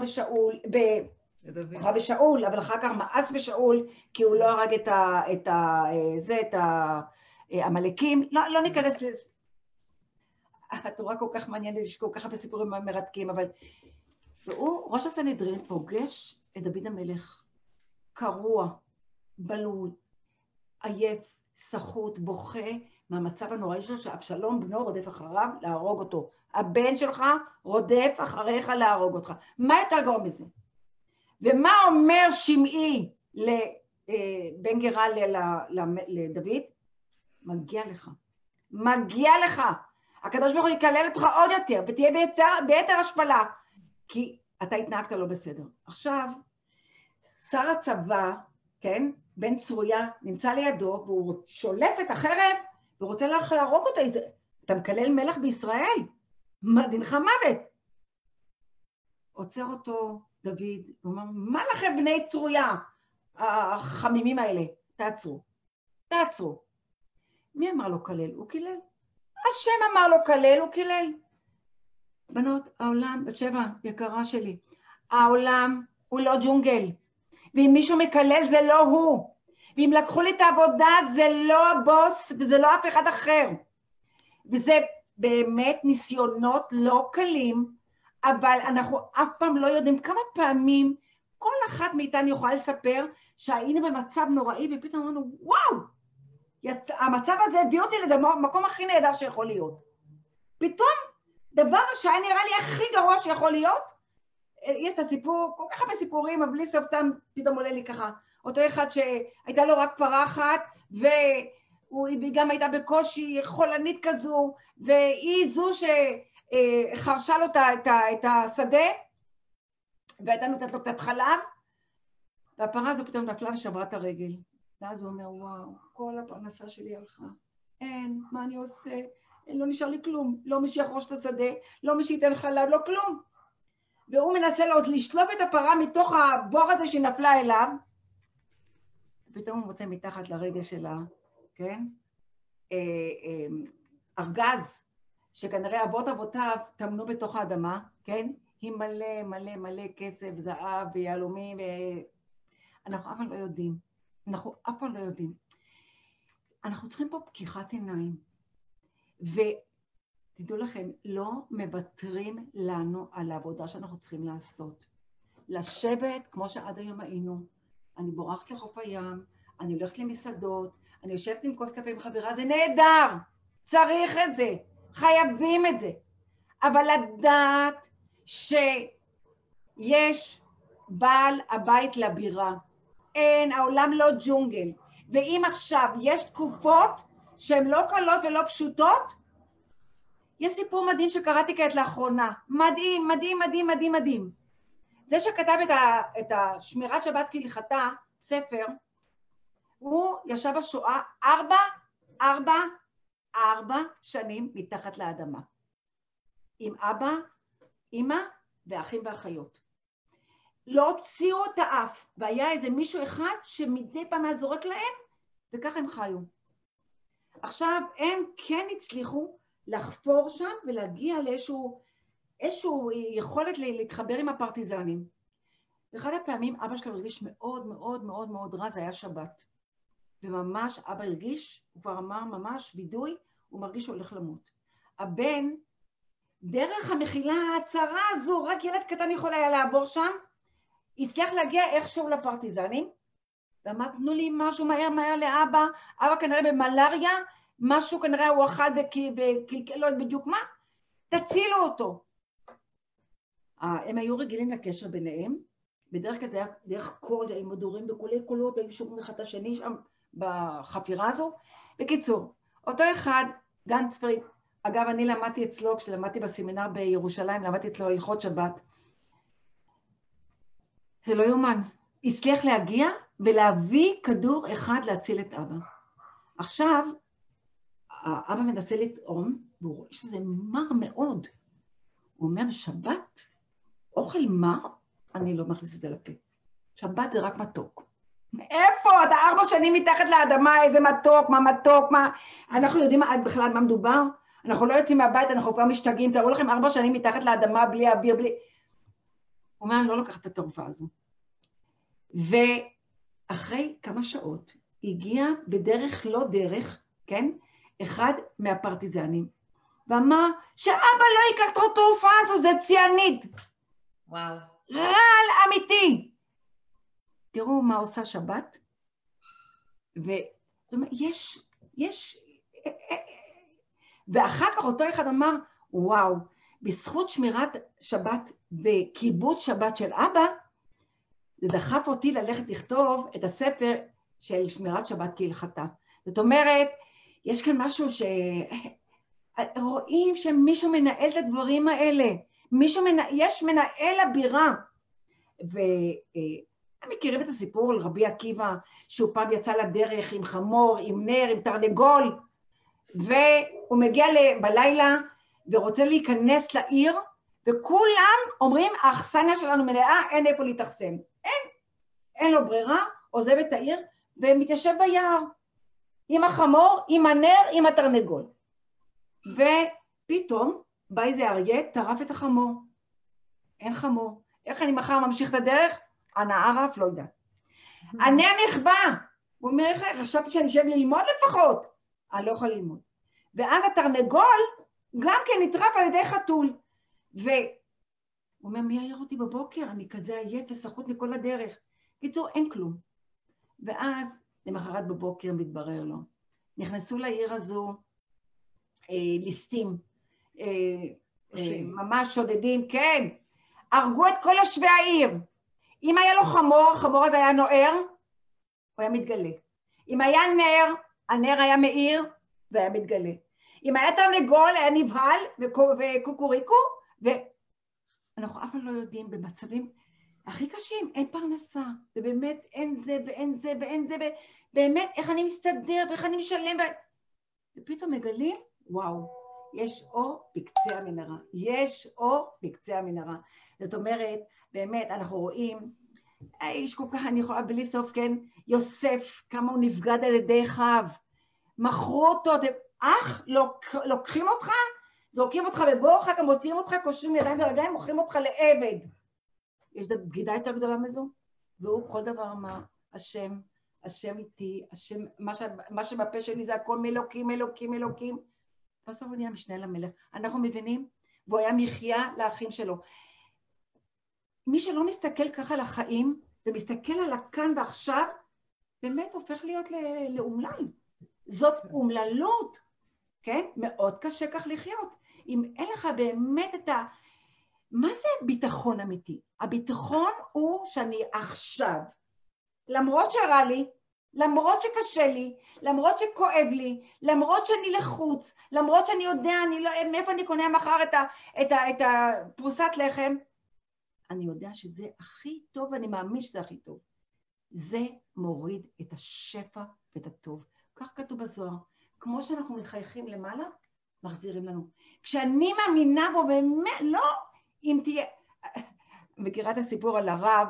בשאול, אבל אחר כך מאס בשאול, כי הוא לא הרג את המלאקים. לא ניכנס לזה. התורה כל כך מעניינת, יש כל כך הרבה סיפורים מרתקים, אבל והוא, ראש הסנהדרין, פוגש את דוד המלך, קרוע, בלול, עייף, סחוט, בוכה, מהמצב הנוראי שלו, שאבשלום בנו רודף אחריו להרוג אותו. הבן שלך רודף אחריך להרוג אותך. מה יותר גרוע מזה? ומה אומר שמעי לבן גרה לדוד? מגיע לך. מגיע לך. הקדוש ברוך הוא יקלל אותך עוד יותר, ותהיה ביתר השפלה, כי אתה התנהגת לא בסדר. עכשיו, שר הצבא, כן, בן צרויה, נמצא לידו, והוא שולף את החרב, ורוצה להרוג אותו. אתה מקלל מלך בישראל, דינך מוות. עוצר אותו דוד, הוא אומר, מה לכם בני צרויה, החמימים האלה? תעצרו, תעצרו. מי אמר לו כלל? הוא קילל. השם אמר לו כלל, הוא קילל. בנות, העולם, בת שבע, יקרה שלי, העולם הוא לא ג'ונגל, ואם מישהו מקלל זה לא הוא, ואם לקחו לי את העבודה זה לא הבוס וזה לא אף אחד אחר, וזה באמת ניסיונות לא קלים, אבל אנחנו אף פעם לא יודעים כמה פעמים כל אחת מאיתנו יכולה לספר שהיינו במצב נוראי ופתאום אמרנו וואו, המצב הזה הביא אותי למקום הכי נהדר שיכול להיות. פתאום דבר שהיה נראה לי הכי גרוע שיכול להיות, יש את הסיפור, כל כך הרבה סיפורים, אבל בלי סוף טעם פתאום עולה לי ככה. אותו אחד שהייתה לו רק פרה אחת, והיא גם הייתה בקושי חולנית כזו, והיא זו שחרשה לו את השדה, והייתה נותנת לו קצת חלב, והפרה הזו פתאום נפלה ושברה את הרגל. ואז הוא אומר, וואו, כל הפרנסה שלי הלכה. אין, מה אני עושה? לא נשאר לי כלום. לא מי שיחרוש את השדה, לא מי שייתן חלב, לא כלום. והוא מנסה עוד לשלוף את הפרה מתוך הבור הזה שנפלה אליו, ופתאום הוא מוצא מתחת לרגל שלה, כן? ארגז, שכנראה אבות אבותיו טמנו בתוך האדמה, כן? היא מלא מלא מלא כסף, זהב ויהלומים, אנחנו אף פעם לא יודעים. אנחנו אף פעם לא יודעים. אנחנו צריכים פה פקיחת עיניים. ותדעו לכם, לא מוותרים לנו על העבודה שאנחנו צריכים לעשות. לשבת, כמו שעד היום היינו, אני בורחת לחוף הים, אני הולכת למסעדות, אני יושבת עם כוס קפה עם חברה, זה נהדר, צריך את זה, חייבים את זה. אבל לדעת שיש בעל הבית לבירה, אין, העולם לא ג'ונגל, ואם עכשיו יש תקופות שהן לא קלות ולא פשוטות, יש סיפור מדהים שקראתי כעת לאחרונה, מדהים, מדהים, מדהים, מדהים, מדהים. זה שכתב את השמירת שבת כהלכתה, ספר, הוא ישב בשואה 4 שנים מתחת לאדמה, עם אבא, אמא ואחים ואחיות. לא הוציאו את האף, והיה איזה מישהו אחד שמדי פעם היה זורק להם, וככה הם חיו. עכשיו הם כן הצליחו לחפור שם ולהגיע לאיזשהו איזושהי יכולת להתחבר עם הפרטיזנים. באחד הפעמים אבא שלו הרגיש מאוד מאוד מאוד מאוד רע, זה היה שבת. וממש אבא הרגיש, הוא כבר אמר ממש וידוי, הוא מרגיש שהוא הולך למות. הבן, דרך המחילה הצרה הזו, רק ילד קטן יכול היה לעבור שם, הצליח להגיע איכשהו לפרטיזנים, ואמר, תנו לי משהו מהר מהר לאבא, אבא כנראה במלריה, משהו כנראה הוא אכל לא יודע בדיוק מה, תצילו אותו. הם היו רגילים לקשר ביניהם, בדרך כלל זה היה דרך קול, עם מדורים בקולי קולות, היו שומעים אחד השני שם בחפירה הזו. בקיצור, אותו אחד, גנצפריד, אגב אני למדתי אצלו, כשלמדתי בסמינר בירושלים, למדתי אצלו הלכות שבת. זה לא יומן, הצליח להגיע ולהביא כדור אחד להציל את אבא. עכשיו, האבא מנסה לטעום, והוא רואה שזה מר מאוד. הוא אומר, שבת, אוכל מר, אני לא מכניס את זה לפה. שבת זה רק מתוק. איפה? אתה 4 שנים מתחת לאדמה, איזה מתוק, מה מתוק, מה... אנחנו יודעים בכלל מה מדובר? אנחנו לא יוצאים מהבית, אנחנו כבר משתגעים, תראו לכם 4 שנים מתחת לאדמה, בלי אוויר, בלי... הוא אומר, אני לא לוקח את התרופה הזו. ואחרי כמה שעות, הגיע בדרך לא דרך, כן? אחד מהפרטיזנים, ואמר שאבא לא ייקח את התרופה הזו, זה ציאנית. וואו. רעל אמיתי. תראו מה עושה שבת. יש... ואחר כך אותו אחד אמר, וואו, בזכות שמירת שבת וכיבוד שבת של אבא, זה דחף אותי ללכת לכתוב את הספר של שמירת שבת כהלכתה. זאת אומרת, יש כאן משהו רואים שמישהו מנהל את הדברים האלה, יש מנהל הבירה, מכירים את הסיפור על רבי עקיבא, שהוא פעם יצא לדרך עם חמור, עם נר, עם תרנגול, והוא מגיע בלילה ורוצה להיכנס לעיר, וכולם אומרים, האכסניה שלנו מלאה, אין איפה להתאכסן. אין לו ברירה, עוזב את העיר, ומתיישב ביער, עם החמור, עם הנר, עם התרנגול. ופתאום בא איזה אריה, טרף את החמור. אין חמור. איך אני מחר ממשיך את הדרך? הנער אף לא יודע. הנר נכבה. הוא אומר, איך חשבתי שאני אשב ללמוד לפחות? אני לא יכול ללמוד. ואז התרנגול גם כן נטרף על ידי חתול. והוא אומר, מי העיר אותי בבוקר? אני כזה עייף וסחוט מכל הדרך. קיצור, אין כלום. ואז למחרת בבוקר מתברר לו. נכנסו לעיר הזו ליסטים, ממש שודדים, כן. הרגו את כל יושבי העיר. אם היה לו חמור, החמור הזה היה נוער, הוא היה מתגלה. אם היה נר, הנר היה מאיר והיה מתגלה. אם היה תרנגול, היה נבהל וקוקוריקו, ואנחנו אף פעם לא יודעים במצבים הכי קשים, אין פרנסה, ובאמת אין זה ואין זה ואין זה, ובאמת איך אני מסתדר ואיך אני משלם, ופתאום מגלים, וואו, יש אור בקצה המנהרה, יש אור בקצה המנהרה. זאת אומרת, באמת אנחנו רואים, האיש כל כך, אני יכולה בלי סוף, כן, יוסף, כמה הוא נפגד על ידי אחיו, מכרו אותו, אח, לוקחים אותך, זורקים אותך בבורך, גם מוציאים אותך, קושרים ידיים ורגליים, מוכרים אותך לעבד. יש בגידה יותר גדולה מזו, והוא כל דבר אמר, השם איתי, השם, מה שבפה שלי זה הכל מלוקים, מלוקים, מלוקים. בסוף הוא נהיה משנה למלך. אנחנו מבינים, והוא היה מחיה לאחים שלו. מי שלא מסתכל ככה על החיים, ומסתכל על הכאן ועכשיו, באמת הופך להיות לאומלל. זאת אומללות, כן? מאוד קשה כך לחיות. אם אין לך באמת את ה... מה זה ביטחון אמיתי? הביטחון הוא שאני עכשיו, למרות שרע לי, למרות שקשה לי, למרות שכואב לי, למרות שאני לחוץ, למרות שאני יודע, מאיפה אני קונה מחר את הפרוסת לחם, אני יודע שזה הכי טוב, ואני מאמין שזה הכי טוב. זה מוריד את השפע ואת הטוב. כך כתוב בזוהר. כמו שאנחנו מחייכים למעלה, מחזירים לנו. כשאני מאמינה בו, באמת, לא, אם תהיה... מכירה את הסיפור על הרב,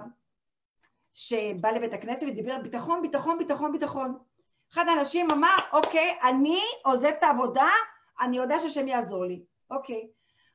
שבא לבית הכנסת ודיבר ביטחון, ביטחון, ביטחון, ביטחון. אחד האנשים אמר, אוקיי, אני עוזב את העבודה, אני יודע שהשם יעזור לי. אוקיי.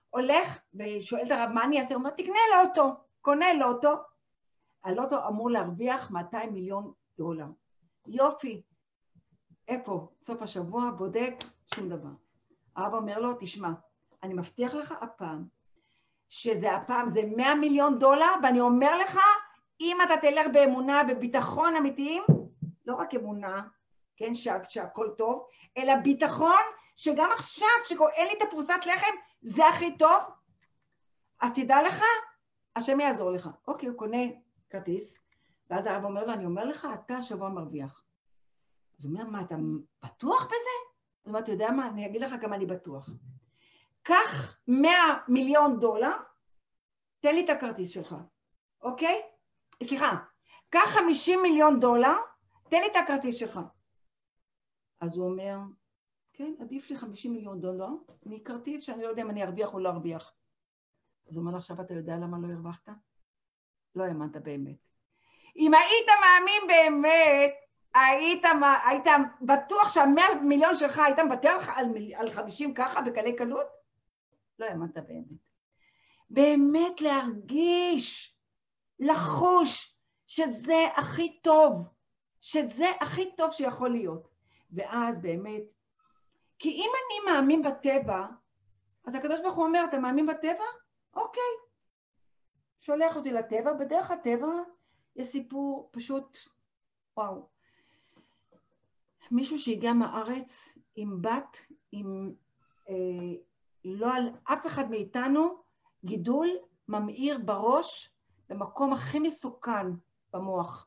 הולך ושואל את הרב, מה אני אעשה? הוא אומר, תקנה לוטו, קונה לוטו. הלוטו אמור להרוויח 200 מיליון דולר. יופי. איפה? סוף השבוע, בודק, שום דבר. הרב אומר לו, תשמע, אני מבטיח לך הפעם, שזה הפעם זה 100 מיליון דולר, ואני אומר לך, אם אתה תלך באמונה, בביטחון אמיתיים, לא רק אמונה, כן, שהכל טוב, אלא ביטחון שגם עכשיו, שאין לי את הפרוסת לחם, זה הכי טוב, אז תדע לך, השם יעזור לך. אוקיי, הוא קונה כרטיס, ואז הרב אומר לו, אני אומר לך, אתה השבוע מרוויח. אז הוא אומר, מה, אתה בטוח בזה? זאת אומרת, אתה יודע מה, אני אגיד לך כמה אני בטוח. קח 100 מיליון דולר, תן לי את הכרטיס שלך, אוקיי? סליחה, קח 50 מיליון דולר, תן לי את הכרטיס שלך. אז הוא אומר, כן, עדיף לי 50 מיליון דולר מכרטיס שאני לא יודע אם אני ארוויח או לא ארוויח. אז הוא אומר, עכשיו אתה יודע למה לא הרווחת? לא האמנת באמת. אם היית מאמין באמת, היית בטוח שה100 מיליון שלך היית מוותר על 50 ככה בקלי קלות? לא האמנת באמת. באמת להרגיש, לחוש שזה הכי טוב, שזה הכי טוב שיכול להיות. ואז באמת, כי אם אני מאמין בטבע, אז הקדוש ברוך הוא אומר, אתה מאמין בטבע? אוקיי. שולח אותי לטבע, בדרך הטבע יש סיפור פשוט, וואו. מישהו שהגיע מהארץ עם בת, עם לא על אף אחד מאיתנו, גידול ממאיר בראש, במקום הכי מסוכן במוח.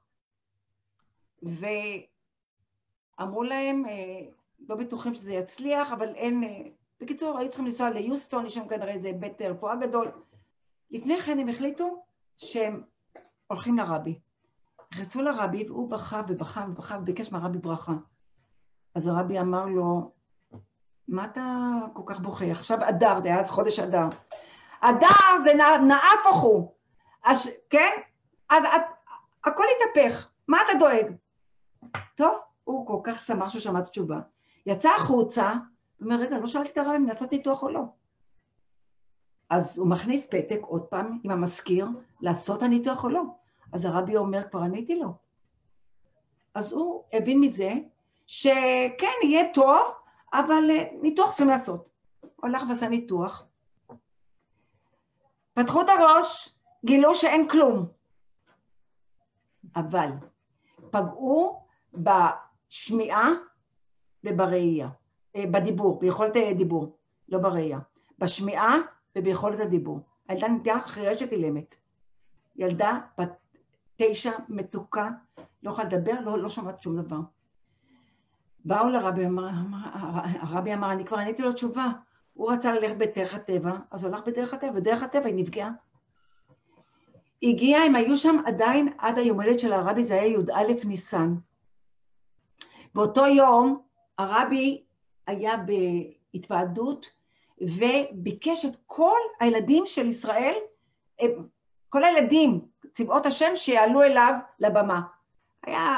ואמרו להם, לא בטוחים שזה יצליח, אבל אין, בקיצור, היו צריכים לנסוע ליוסטון, יש שם כנראה איזה בית רפואה גדול. לפני כן הם החליטו שהם הולכים לרבי. נכנסו לרבי, והוא בכה ובכה ובכה וביקש מהרבי ברכה. אז הרבי אמר לו, מה אתה כל כך בוכה? עכשיו אדר, זה היה אז חודש אדר. אדר זה נאף הוא. כן? אז הכל התהפך. מה אתה דואג? טוב, הוא כל כך שמח שהוא שמע את התשובה. יצא החוצה, ואומר, רגע, לא שאלתי את הרבי אם לעשות ניתוח או לא. אז הוא מכניס פתק עוד פעם עם המזכיר, לעשות הניתוח או לא. אז הרבי אומר, כבר עניתי לו. אז הוא הבין מזה, שכן, יהיה טוב, אבל ניתוח צריכים לעשות. הולך ועשה ניתוח. פתחו את הראש, גילו שאין כלום. אבל פגעו בשמיעה ובראייה. בדיבור, ביכולת דיבור, לא בראייה. בשמיעה וביכולת הדיבור. הילדה נתיה חירשת אילמת. ילדה בת 9 מתוקה, לא יכולה לדבר, לא שומעת שום דבר. באו לרבי, הרבי אמר, אני כבר עניתי לו תשובה. הוא רצה ללכת בדרך הטבע, אז הוא הלך בדרך הטבע, בדרך הטבע היא נפגעה. הגיעה, הם היו שם עדיין עד היום הולדת של הרבי, זה היה י"א ניסן. באותו יום הרבי היה בהתוועדות, וביקש את כל הילדים של ישראל, כל הילדים, צבאות השם, שיעלו אליו לבמה. היה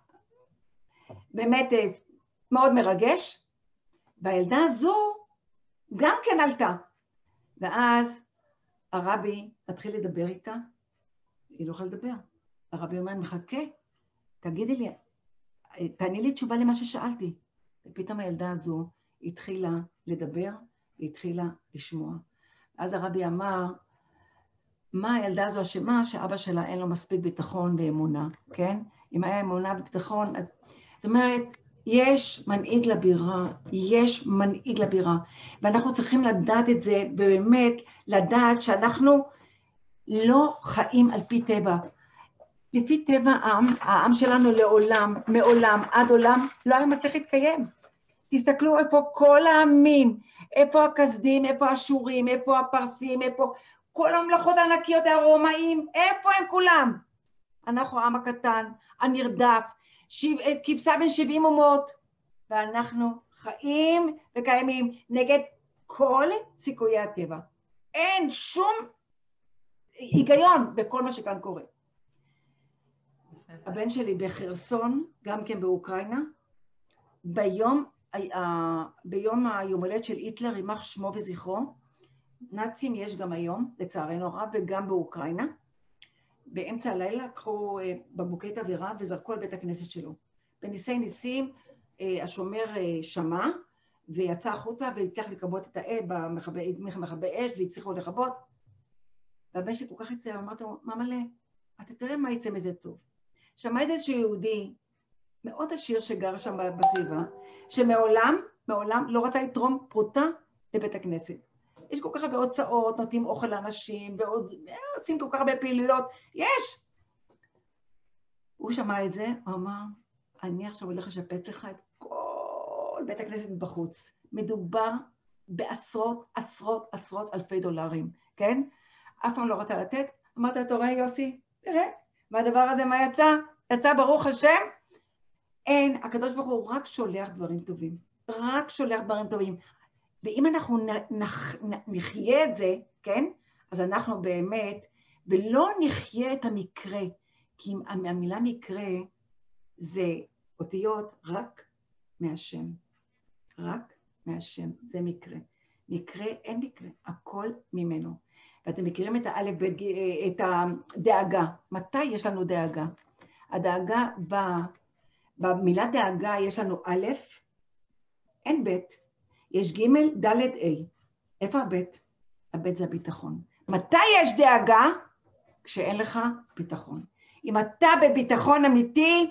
באמת מאוד מרגש, והילדה הזו גם כן עלתה. ואז הרבי מתחיל לדבר איתה, היא לא יכולה לדבר. הרבי אומר, מחכה, תגידי לי, תעני לי תשובה למה ששאלתי. ופתאום הילדה הזו התחילה לדבר, היא התחילה לשמוע. אז הרבי אמר, מה הילדה הזו אשמה? שאבא שלה אין לו מספיק ביטחון ואמונה, כן? אם היה אמונה וביטחון, זאת אומרת, יש מנהיג לבירה, יש מנהיג לבירה, ואנחנו צריכים לדעת את זה, באמת לדעת שאנחנו לא חיים על פי טבע. לפי טבע העם שלנו לעולם, מעולם, עד עולם, לא היה מצליח להתקיים. תסתכלו איפה כל העמים, איפה הכסדים, איפה האשורים, איפה הפרסים, איפה כל הממלכות הענקיות, הרומאים, איפה הם כולם? אנחנו העם הקטן, הנרדף, כבשה בין 70 אומות, ואנחנו חיים וקיימים נגד כל סיכויי הטבע. אין שום היגיון בכל מה שכאן קורה. הבן שלי בחרסון, גם כן באוקראינה, ביום היום הולדת של היטלר, יימח שמו וזכרו, נאצים יש גם היום, לצערנו הרב, וגם באוקראינה. באמצע הלילה לקחו בקבוקי תבערה וזרקו על בית הכנסת שלו. בניסי ניסים השומר שמע ויצא החוצה והצליח לכבות את מכבי אש והצליחו לכבות. והבן שלי כל כך יצא, אמרתי לו, מה מלא? אתה תראה מה יצא מזה טוב. שמע איזשהו יהודי מאוד עשיר שגר שם בסביבה, שמעולם לא רצה לתרום פרוטה לבית הכנסת. יש כל כך הרבה הוצאות, נותנים אוכל לאנשים, ועושים כל כך הרבה פעילויות, יש! הוא שמע את זה, הוא אמר, אני עכשיו הולך לשפץ לך את כל בית הכנסת בחוץ. מדובר בעשרות אלפי דולרים, כן? אף פעם לא רצה לתת. אמרת, אתה רואה יוסי? תראה, והדבר הזה מה יצא? יצא ברוך השם? אין, הקדוש ברוך הוא רק שולח דברים טובים. רק שולח דברים טובים. ואם אנחנו נחיה את זה, כן? אז אנחנו באמת, ולא נחיה את המקרה, כי המילה מקרה זה אותיות רק מהשם. רק מהשם, זה מקרה. מקרה, אין מקרה, הכל ממנו. ואתם מכירים את את הדאגה. מתי יש לנו דאגה? הדאגה, במילה דאגה יש לנו א', אין ב', יש ג', ד', ה'. איפה הב'? הב' זה הביטחון. מתי יש דאגה? כשאין לך ביטחון. אם אתה בביטחון אמיתי,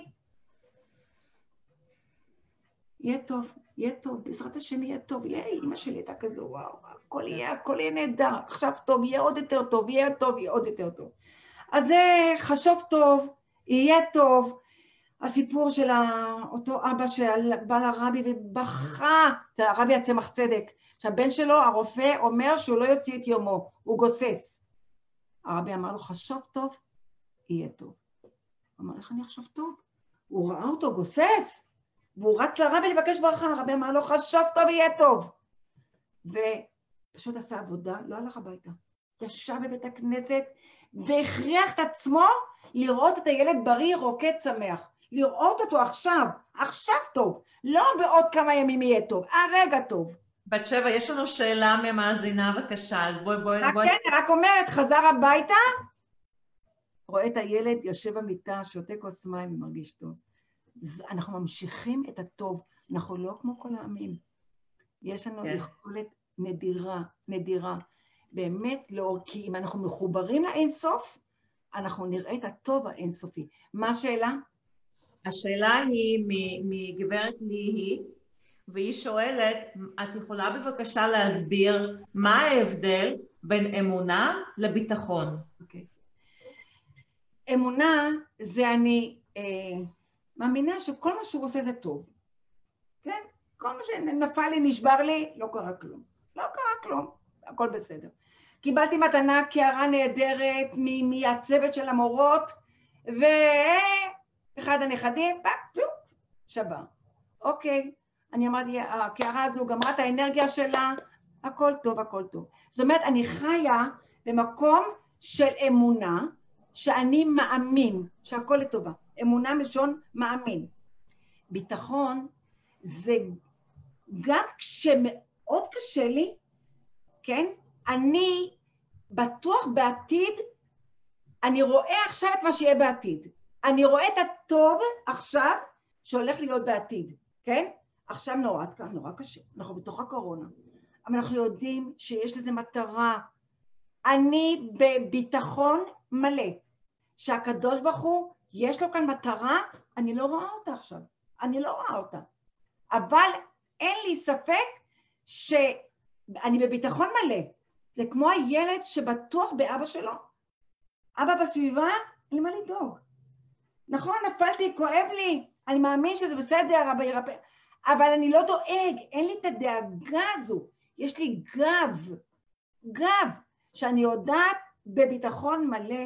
יהיה טוב, יהיה טוב, בעזרת השם יהיה טוב, אמא שלי הייתה כזו, וואו, הכל יהיה נהדר, עכשיו טוב, יהיה עוד יותר טוב, יהיה טוב, יהיה עוד יותר טוב. אז זה חשוב טוב, יהיה טוב. הסיפור של אותו אבא שבא לרבי ובכה, זה הרבי הצמח צדק, שהבן שלו, הרופא, אומר שהוא לא יוציא את יומו, הוא גוסס. הרבי אמר לו, חשוב טוב, יהיה טוב. הוא אמר, איך אני אחשוב טוב? הוא ראה אותו גוסס, והוא רץ לרבי לבקש ברכה, הרבי אמר לו, חשוב טוב, יהיה טוב. ופשוט עשה עבודה, לא הלך הביתה. ישב בבית הכנסת, והכריח את עצמו לראות את הילד בריא, רוקד, שמח. לראות אותו עכשיו טוב, לא בעוד כמה ימים יהיה טוב, הרגע טוב. בת שבע, יש לנו שאלה ממאזינה בבקשה, אז בואי. כן, רק אומרת, חזר הביתה, רואה את הילד יושב במיטה, שותה כוס מים ומרגיש טוב. אנחנו ממשיכים את הטוב, אנחנו לא כמו כל העמים. יש לנו יכולת נדירה. באמת לא, כי אם אנחנו מחוברים לאינסוף, אנחנו נראה את הטוב האינסופי. מה השאלה? השאלה היא מגברת ליהי, והיא שואלת, את יכולה בבקשה להסביר מה ההבדל בין אמונה לביטחון? אוקיי. אמונה זה אני מאמינה שכל מה שהוא עושה זה טוב. כן? כל מה שנפל לי, נשבר לי, לא קרה כלום. לא קרה כלום, הכל בסדר. קיבלתי מתנה קערה נהדרת מהצוות של המורות, אחד הנכדים, שבר. אוקיי, אני אמרתי, הקערה הזו גמרה את האנרגיה שלה, הכל טוב, הכל טוב. זאת אומרת, אני חיה במקום של אמונה, שאני מאמין, שהכל לטובה. אמונה מלשון מאמין. ביטחון זה גם כשמאוד קשה לי, כן? אני בטוח בעתיד, אני רואה עכשיו את מה שיהיה בעתיד. אני רואה את הטוב עכשיו שהולך להיות בעתיד, כן? עכשיו נורא קשה, אנחנו בתוך הקורונה, אבל אנחנו יודעים שיש לזה מטרה. אני בביטחון מלא, שהקדוש ברוך הוא, יש לו כאן מטרה, אני לא רואה אותה עכשיו, אני לא רואה אותה. אבל אין לי ספק שאני בביטחון מלא. זה כמו הילד שבטוח באבא שלו. אבא בסביבה, אין מה לדאוג. נכון, נפלתי, כואב לי, אני מאמין שזה בסדר, אבא ירפא, אבל אני לא דואג, אין לי את הדאגה הזו. יש לי גב, שאני יודעת בביטחון מלא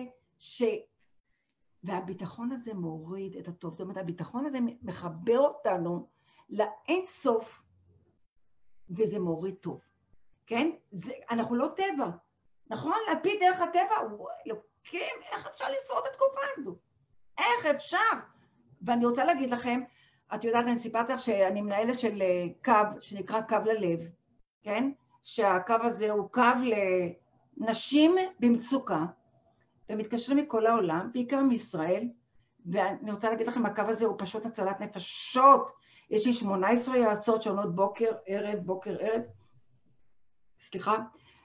והביטחון הזה מוריד את הטוב. זאת אומרת, הביטחון הזה מחבר אותנו לאין סוף, וזה מוריד טוב. כן? אנחנו לא טבע. נכון? על פי דרך הטבע, אלוקים, איך אפשר לשרוד את התקופה הזו? איך אפשר? ואני רוצה להגיד לכם, את יודעת, אני סיפרתי לך שאני מנהלת של קו, שנקרא קו ללב, כן? שהקו הזה הוא קו לנשים במצוקה, ומתקשרים מכל העולם, בעיקר מישראל, ואני רוצה להגיד לכם, הקו הזה הוא פשוט הצלת נפשות. יש לי 18 יועצות שעונות בוקר, ערב, בוקר, ערב, סליחה,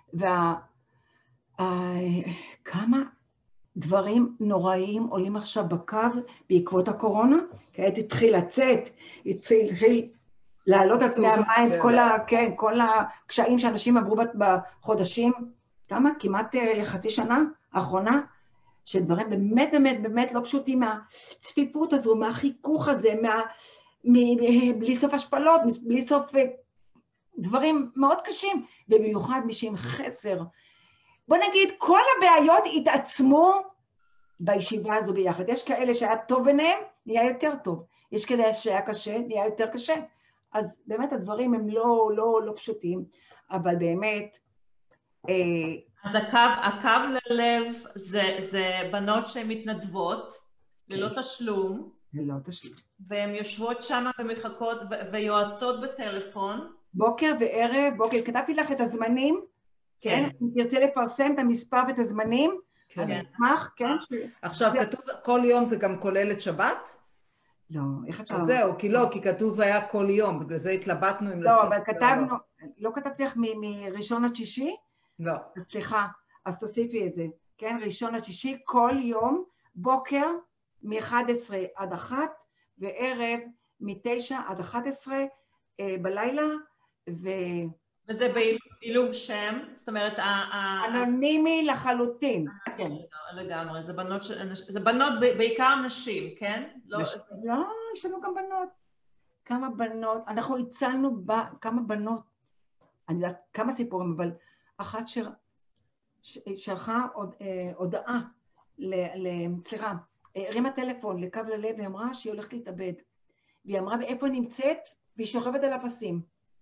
כמה דברים נוראיים עולים עכשיו בקו בעקבות הקורונה, כעת התחיל לצאת, התחיל לעלות על פני המים, כל הקשיים שאנשים עברו בחודשים, כמעט חצי שנה האחרונה, שדברים באמת באמת באמת לא פשוטים מהצפיפות הזו, מהחיכוך הזה, בלי סוף השפלות, בלי סוף דברים מאוד קשים, ובמיוחד מי שעם חסר. בוא נגיד, כל הבעיות התעצמו בישיבה הזו ביחד. יש כאלה שהיה טוב ביניהם, נהיה יותר טוב. יש כאלה שהיה קשה, נהיה יותר קשה. אז באמת הדברים הם לא פשוטים, אבל באמת... אז הקו ללב זה בנות שהן מתנדבות, ללא תשלום. ללא תשלום. והן יושבות שם ומחכות ויועצות בטלפון. בוקר וערב, בוקר, כתבתי לך את הזמנים, כן? אם תרצה לפרסם את המספר ואת הזמנים, אני אשמח, כן? עכשיו כתוב כל יום זה גם כולל את שבת? לא, איך אתה... אז זהו, כי כתוב היה כל יום, בגלל זה התלבטנו אם לא, אבל כתבנו, לא כתבתי לך מראשון עד שישי? לא. סליחה, אז תוסיפי את זה, כן? ראשון עד שישי, כל יום, בוקר, מ-11 עד 1, וערב, מ-9 עד 11 בלילה, וזה בעילום שם, זאת אומרת... אנונימי לחלוטין. כן, לגמרי, זה בנות בעיקר נשים, כן? לא, יש לנו גם בנות. כמה בנות, אנחנו הצלנו כמה בנות, אני יודעת כמה סיפורים, אבל אחת שלחה הודעה, סליחה, הרימה טלפון לקו ללב, והיא אמרה שהיא הולכת להתאבד. והיא אמרה באיפה נמצאת, והיא שוכבת על הפסים.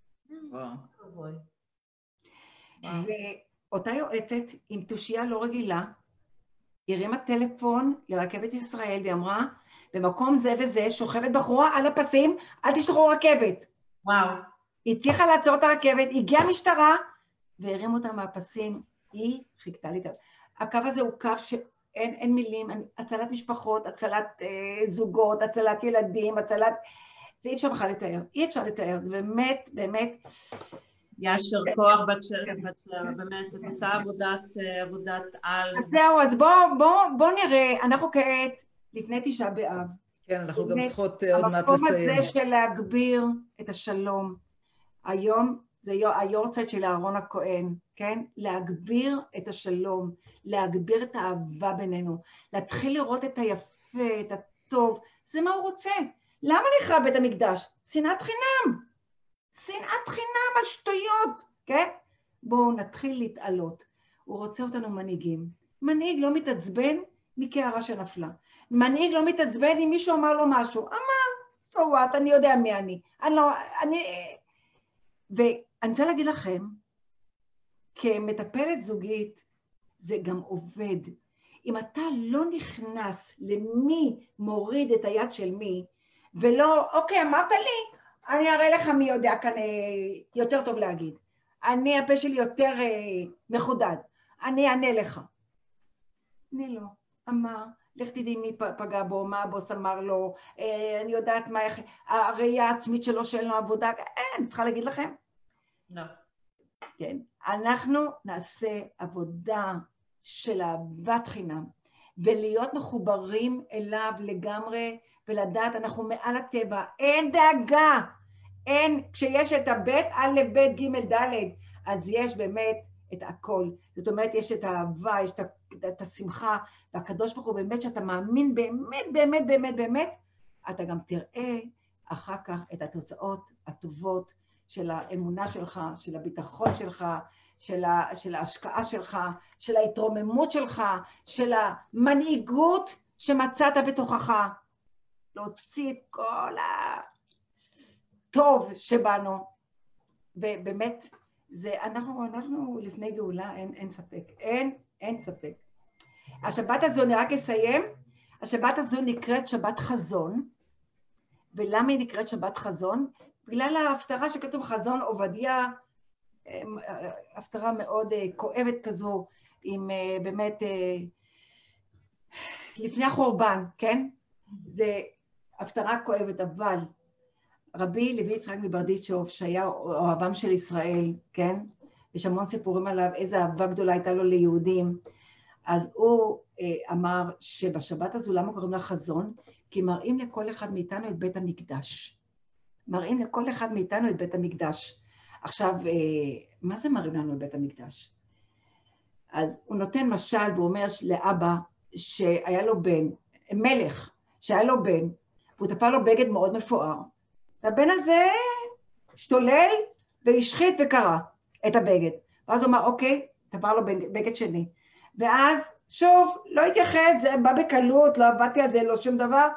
ואותה יועצת עם תושייה לא רגילה, הרימה טלפון לרכבת ישראל, והיא אמרה, במקום זה וזה, שוכבת בחורה על הפסים, אל תשלחו רכבת. וואו. היא הצליחה לעצור את הרכבת, הגיעה משטרה, והרים אותה מהפסים, היא חיכתה לי. הקו הזה הוא קו שאין מילים, הצלת משפחות, הצלת זוגות, הצלת ילדים, הצלת... זה אי אפשר בכלל לתאר, אי אפשר לתאר, זה באמת, באמת... ישר כוח בת שלב, באמת, את עושה עבודת על. אז זהו, אז בוא נראה, אנחנו כעת, לפני 9 באב. כן, אנחנו גם צריכות עוד מעט לסיים. המקום הזה של להגביר את השלום, היום זה היורצייט של אהרון הכהן, כן? להגביר את השלום, להגביר את האהבה בינינו, להתחיל לראות את היפה, את הטוב, זה מה הוא רוצה. למה נחרב בית המקדש? שנאת חינם. שנאת חינם על שטויות, כן? בואו נתחיל להתעלות. הוא רוצה אותנו מנהיגים. מנהיג לא מתעצבן מקערה שנפלה. מנהיג לא מתעצבן אם מישהו אמר לו משהו. אמר, so what, אני יודע מי אני. ואני רוצה להגיד לכם, כמטפלת זוגית, זה גם עובד. אם אתה לא נכנס למי מוריד את היד של מי, ולא, אוקיי, אמרת לי, אני אראה לך מי יודע כאן יותר טוב להגיד. אני, הפה שלי יותר מחודד. אני אענה לך. אני לא. אמר, לך תדעי מי פגע בו, מה הבוס אמר לו, אני יודעת מה, הראייה העצמית שלו שאין לו עבודה, אני צריכה להגיד לכם? לא. כן. אנחנו נעשה עבודה של אהבת חינם, ולהיות מחוברים אליו לגמרי, ולדעת, אנחנו מעל הטבע, אין דאגה, אין, כשיש את הבית, א', ב', ג', ד', אז יש באמת את הכל. זאת אומרת, יש את האהבה, יש את השמחה, והקדוש ברוך הוא באמת, שאתה מאמין באמת, באמת, באמת, באמת, אתה גם תראה אחר כך את התוצאות הטובות של האמונה שלך, של הביטחון שלך, של ההשקעה שלך, של ההתרוממות שלך, של המנהיגות שמצאת בתוכך. להוציא את כל הטוב שבנו, ובאמת, אנחנו לפני גאולה, אין ספק, אין ספק. השבת הזו, אני רק אסיים, השבת הזו נקראת שבת חזון, ולמה היא נקראת שבת חזון? בגלל ההפטרה שכתוב חזון עובדיה, הפטרה מאוד כואבת כזו, עם באמת, לפני החורבן, כן? זה הפטרה כואבת, אבל רבי לוי יצחק מברדיצ'וב, שהיה אוהבם של ישראל, כן? יש המון סיפורים עליו, איזה אהבה גדולה הייתה לו ליהודים, אז הוא אמר שבשבת הזו, למה קוראים לה חזון? כי מראים לכל אחד מאיתנו את בית המקדש. מראים לכל אחד מאיתנו את בית המקדש. עכשיו, מה זה מראים לנו את בית המקדש? אז הוא נותן משל, והוא אומר לאבא שהיה לו בן, מלך, שהיה לו בן, והוא תפר לו בגד מאוד מפואר. והבן הזה השתולל והשחית וקרא את הבגד. ואז הוא אמר, אוקיי, תפר לו בגד שני. ואז שוב, לא התייחס, זה בא בקלות, לא עבדתי על זה, לא שום דבר,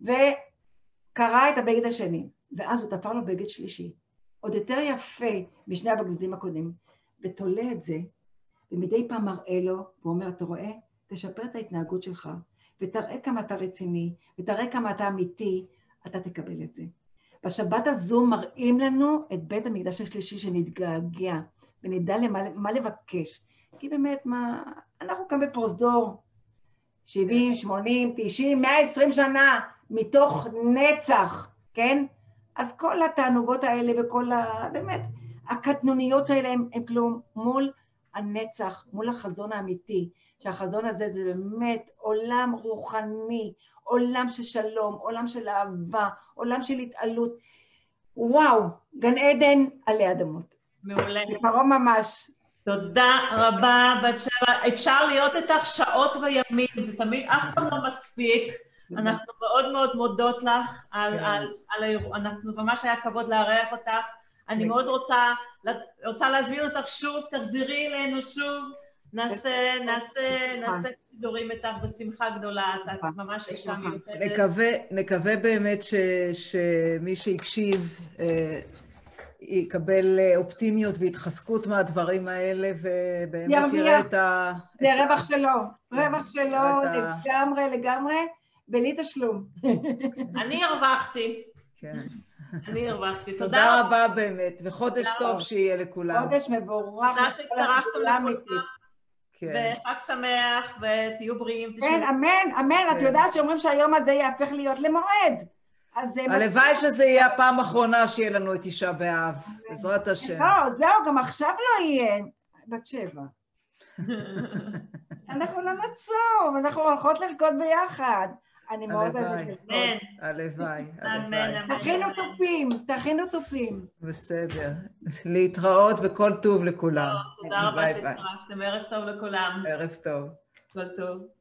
וקרא את הבגד השני. ואז הוא תפר לו בגד שלישי, עוד יותר יפה משני הבגדים הקודמים, ותולה את זה, ומדי פעם מראה לו, והוא אומר, אתה רואה? תשפר את ההתנהגות שלך, ותראה כמה אתה רציני, ותראה כמה אתה אמיתי, אתה תקבל את זה. בשבת הזו מראים לנו את בית המקדש השלישי שנתגעגע, ונדע מה לבקש. כי באמת, אנחנו כאן בפרוזדור, 70, 80, 90, 120 שנה, מתוך נצח, כן? אז כל התענוגות האלה וכל באמת, הקטנוניות האלה הם כלום מול הנצח, מול החזון האמיתי, שהחזון הזה זה באמת עולם רוחני, עולם של שלום, עולם של אהבה, עולם של התעלות. וואו, גן עדן עלי אדמות. מעולה. לפרעה ממש. תודה רבה, בת שבע. אפשר להיות איתך שעות וימים, זה תמיד אף פעם לא מספיק. אנחנו מאוד מאוד מודות לך, אנחנו ממש היה כבוד לארח אותך. אני מאוד רוצה להזמין אותך שוב, תחזרי אלינו שוב, נעשה שידורים איתך בשמחה גדולה, את ממש אישה מיוחדת. נקווה באמת שמי שהקשיב יקבל אופטימיות והתחזקות מהדברים האלה, ובאמת יראה את ה... זה רווח שלו, רווח שלו לגמרי, בלי תשלום. אני הרווחתי. כן. אני הרווחתי. תודה רבה באמת, וחודש טוב שיהיה לכולם. חודש מבורך. תודה שהצטרפתם לכולם, וחג שמח, ותהיו בריאים. כן, אמן, אמן. את יודעת שאומרים שהיום הזה יהפך להיות למועד. הלוואי שזה יהיה הפעם האחרונה שיהיה לנו את תשעה באב, בעזרת השם. לא, זהו, גם עכשיו לא יהיה. בת שבע. אנחנו לא נצום, אנחנו הולכות לרקוד ביחד. אני מאוד אוהבת לרקוד. הלוואי, הלוואי. תכינו תופים. בסדר. להתראות וכל טוב לכולם. תודה רבה שהצטרפתם, ערב טוב לכולם. ערב טוב. כל טוב.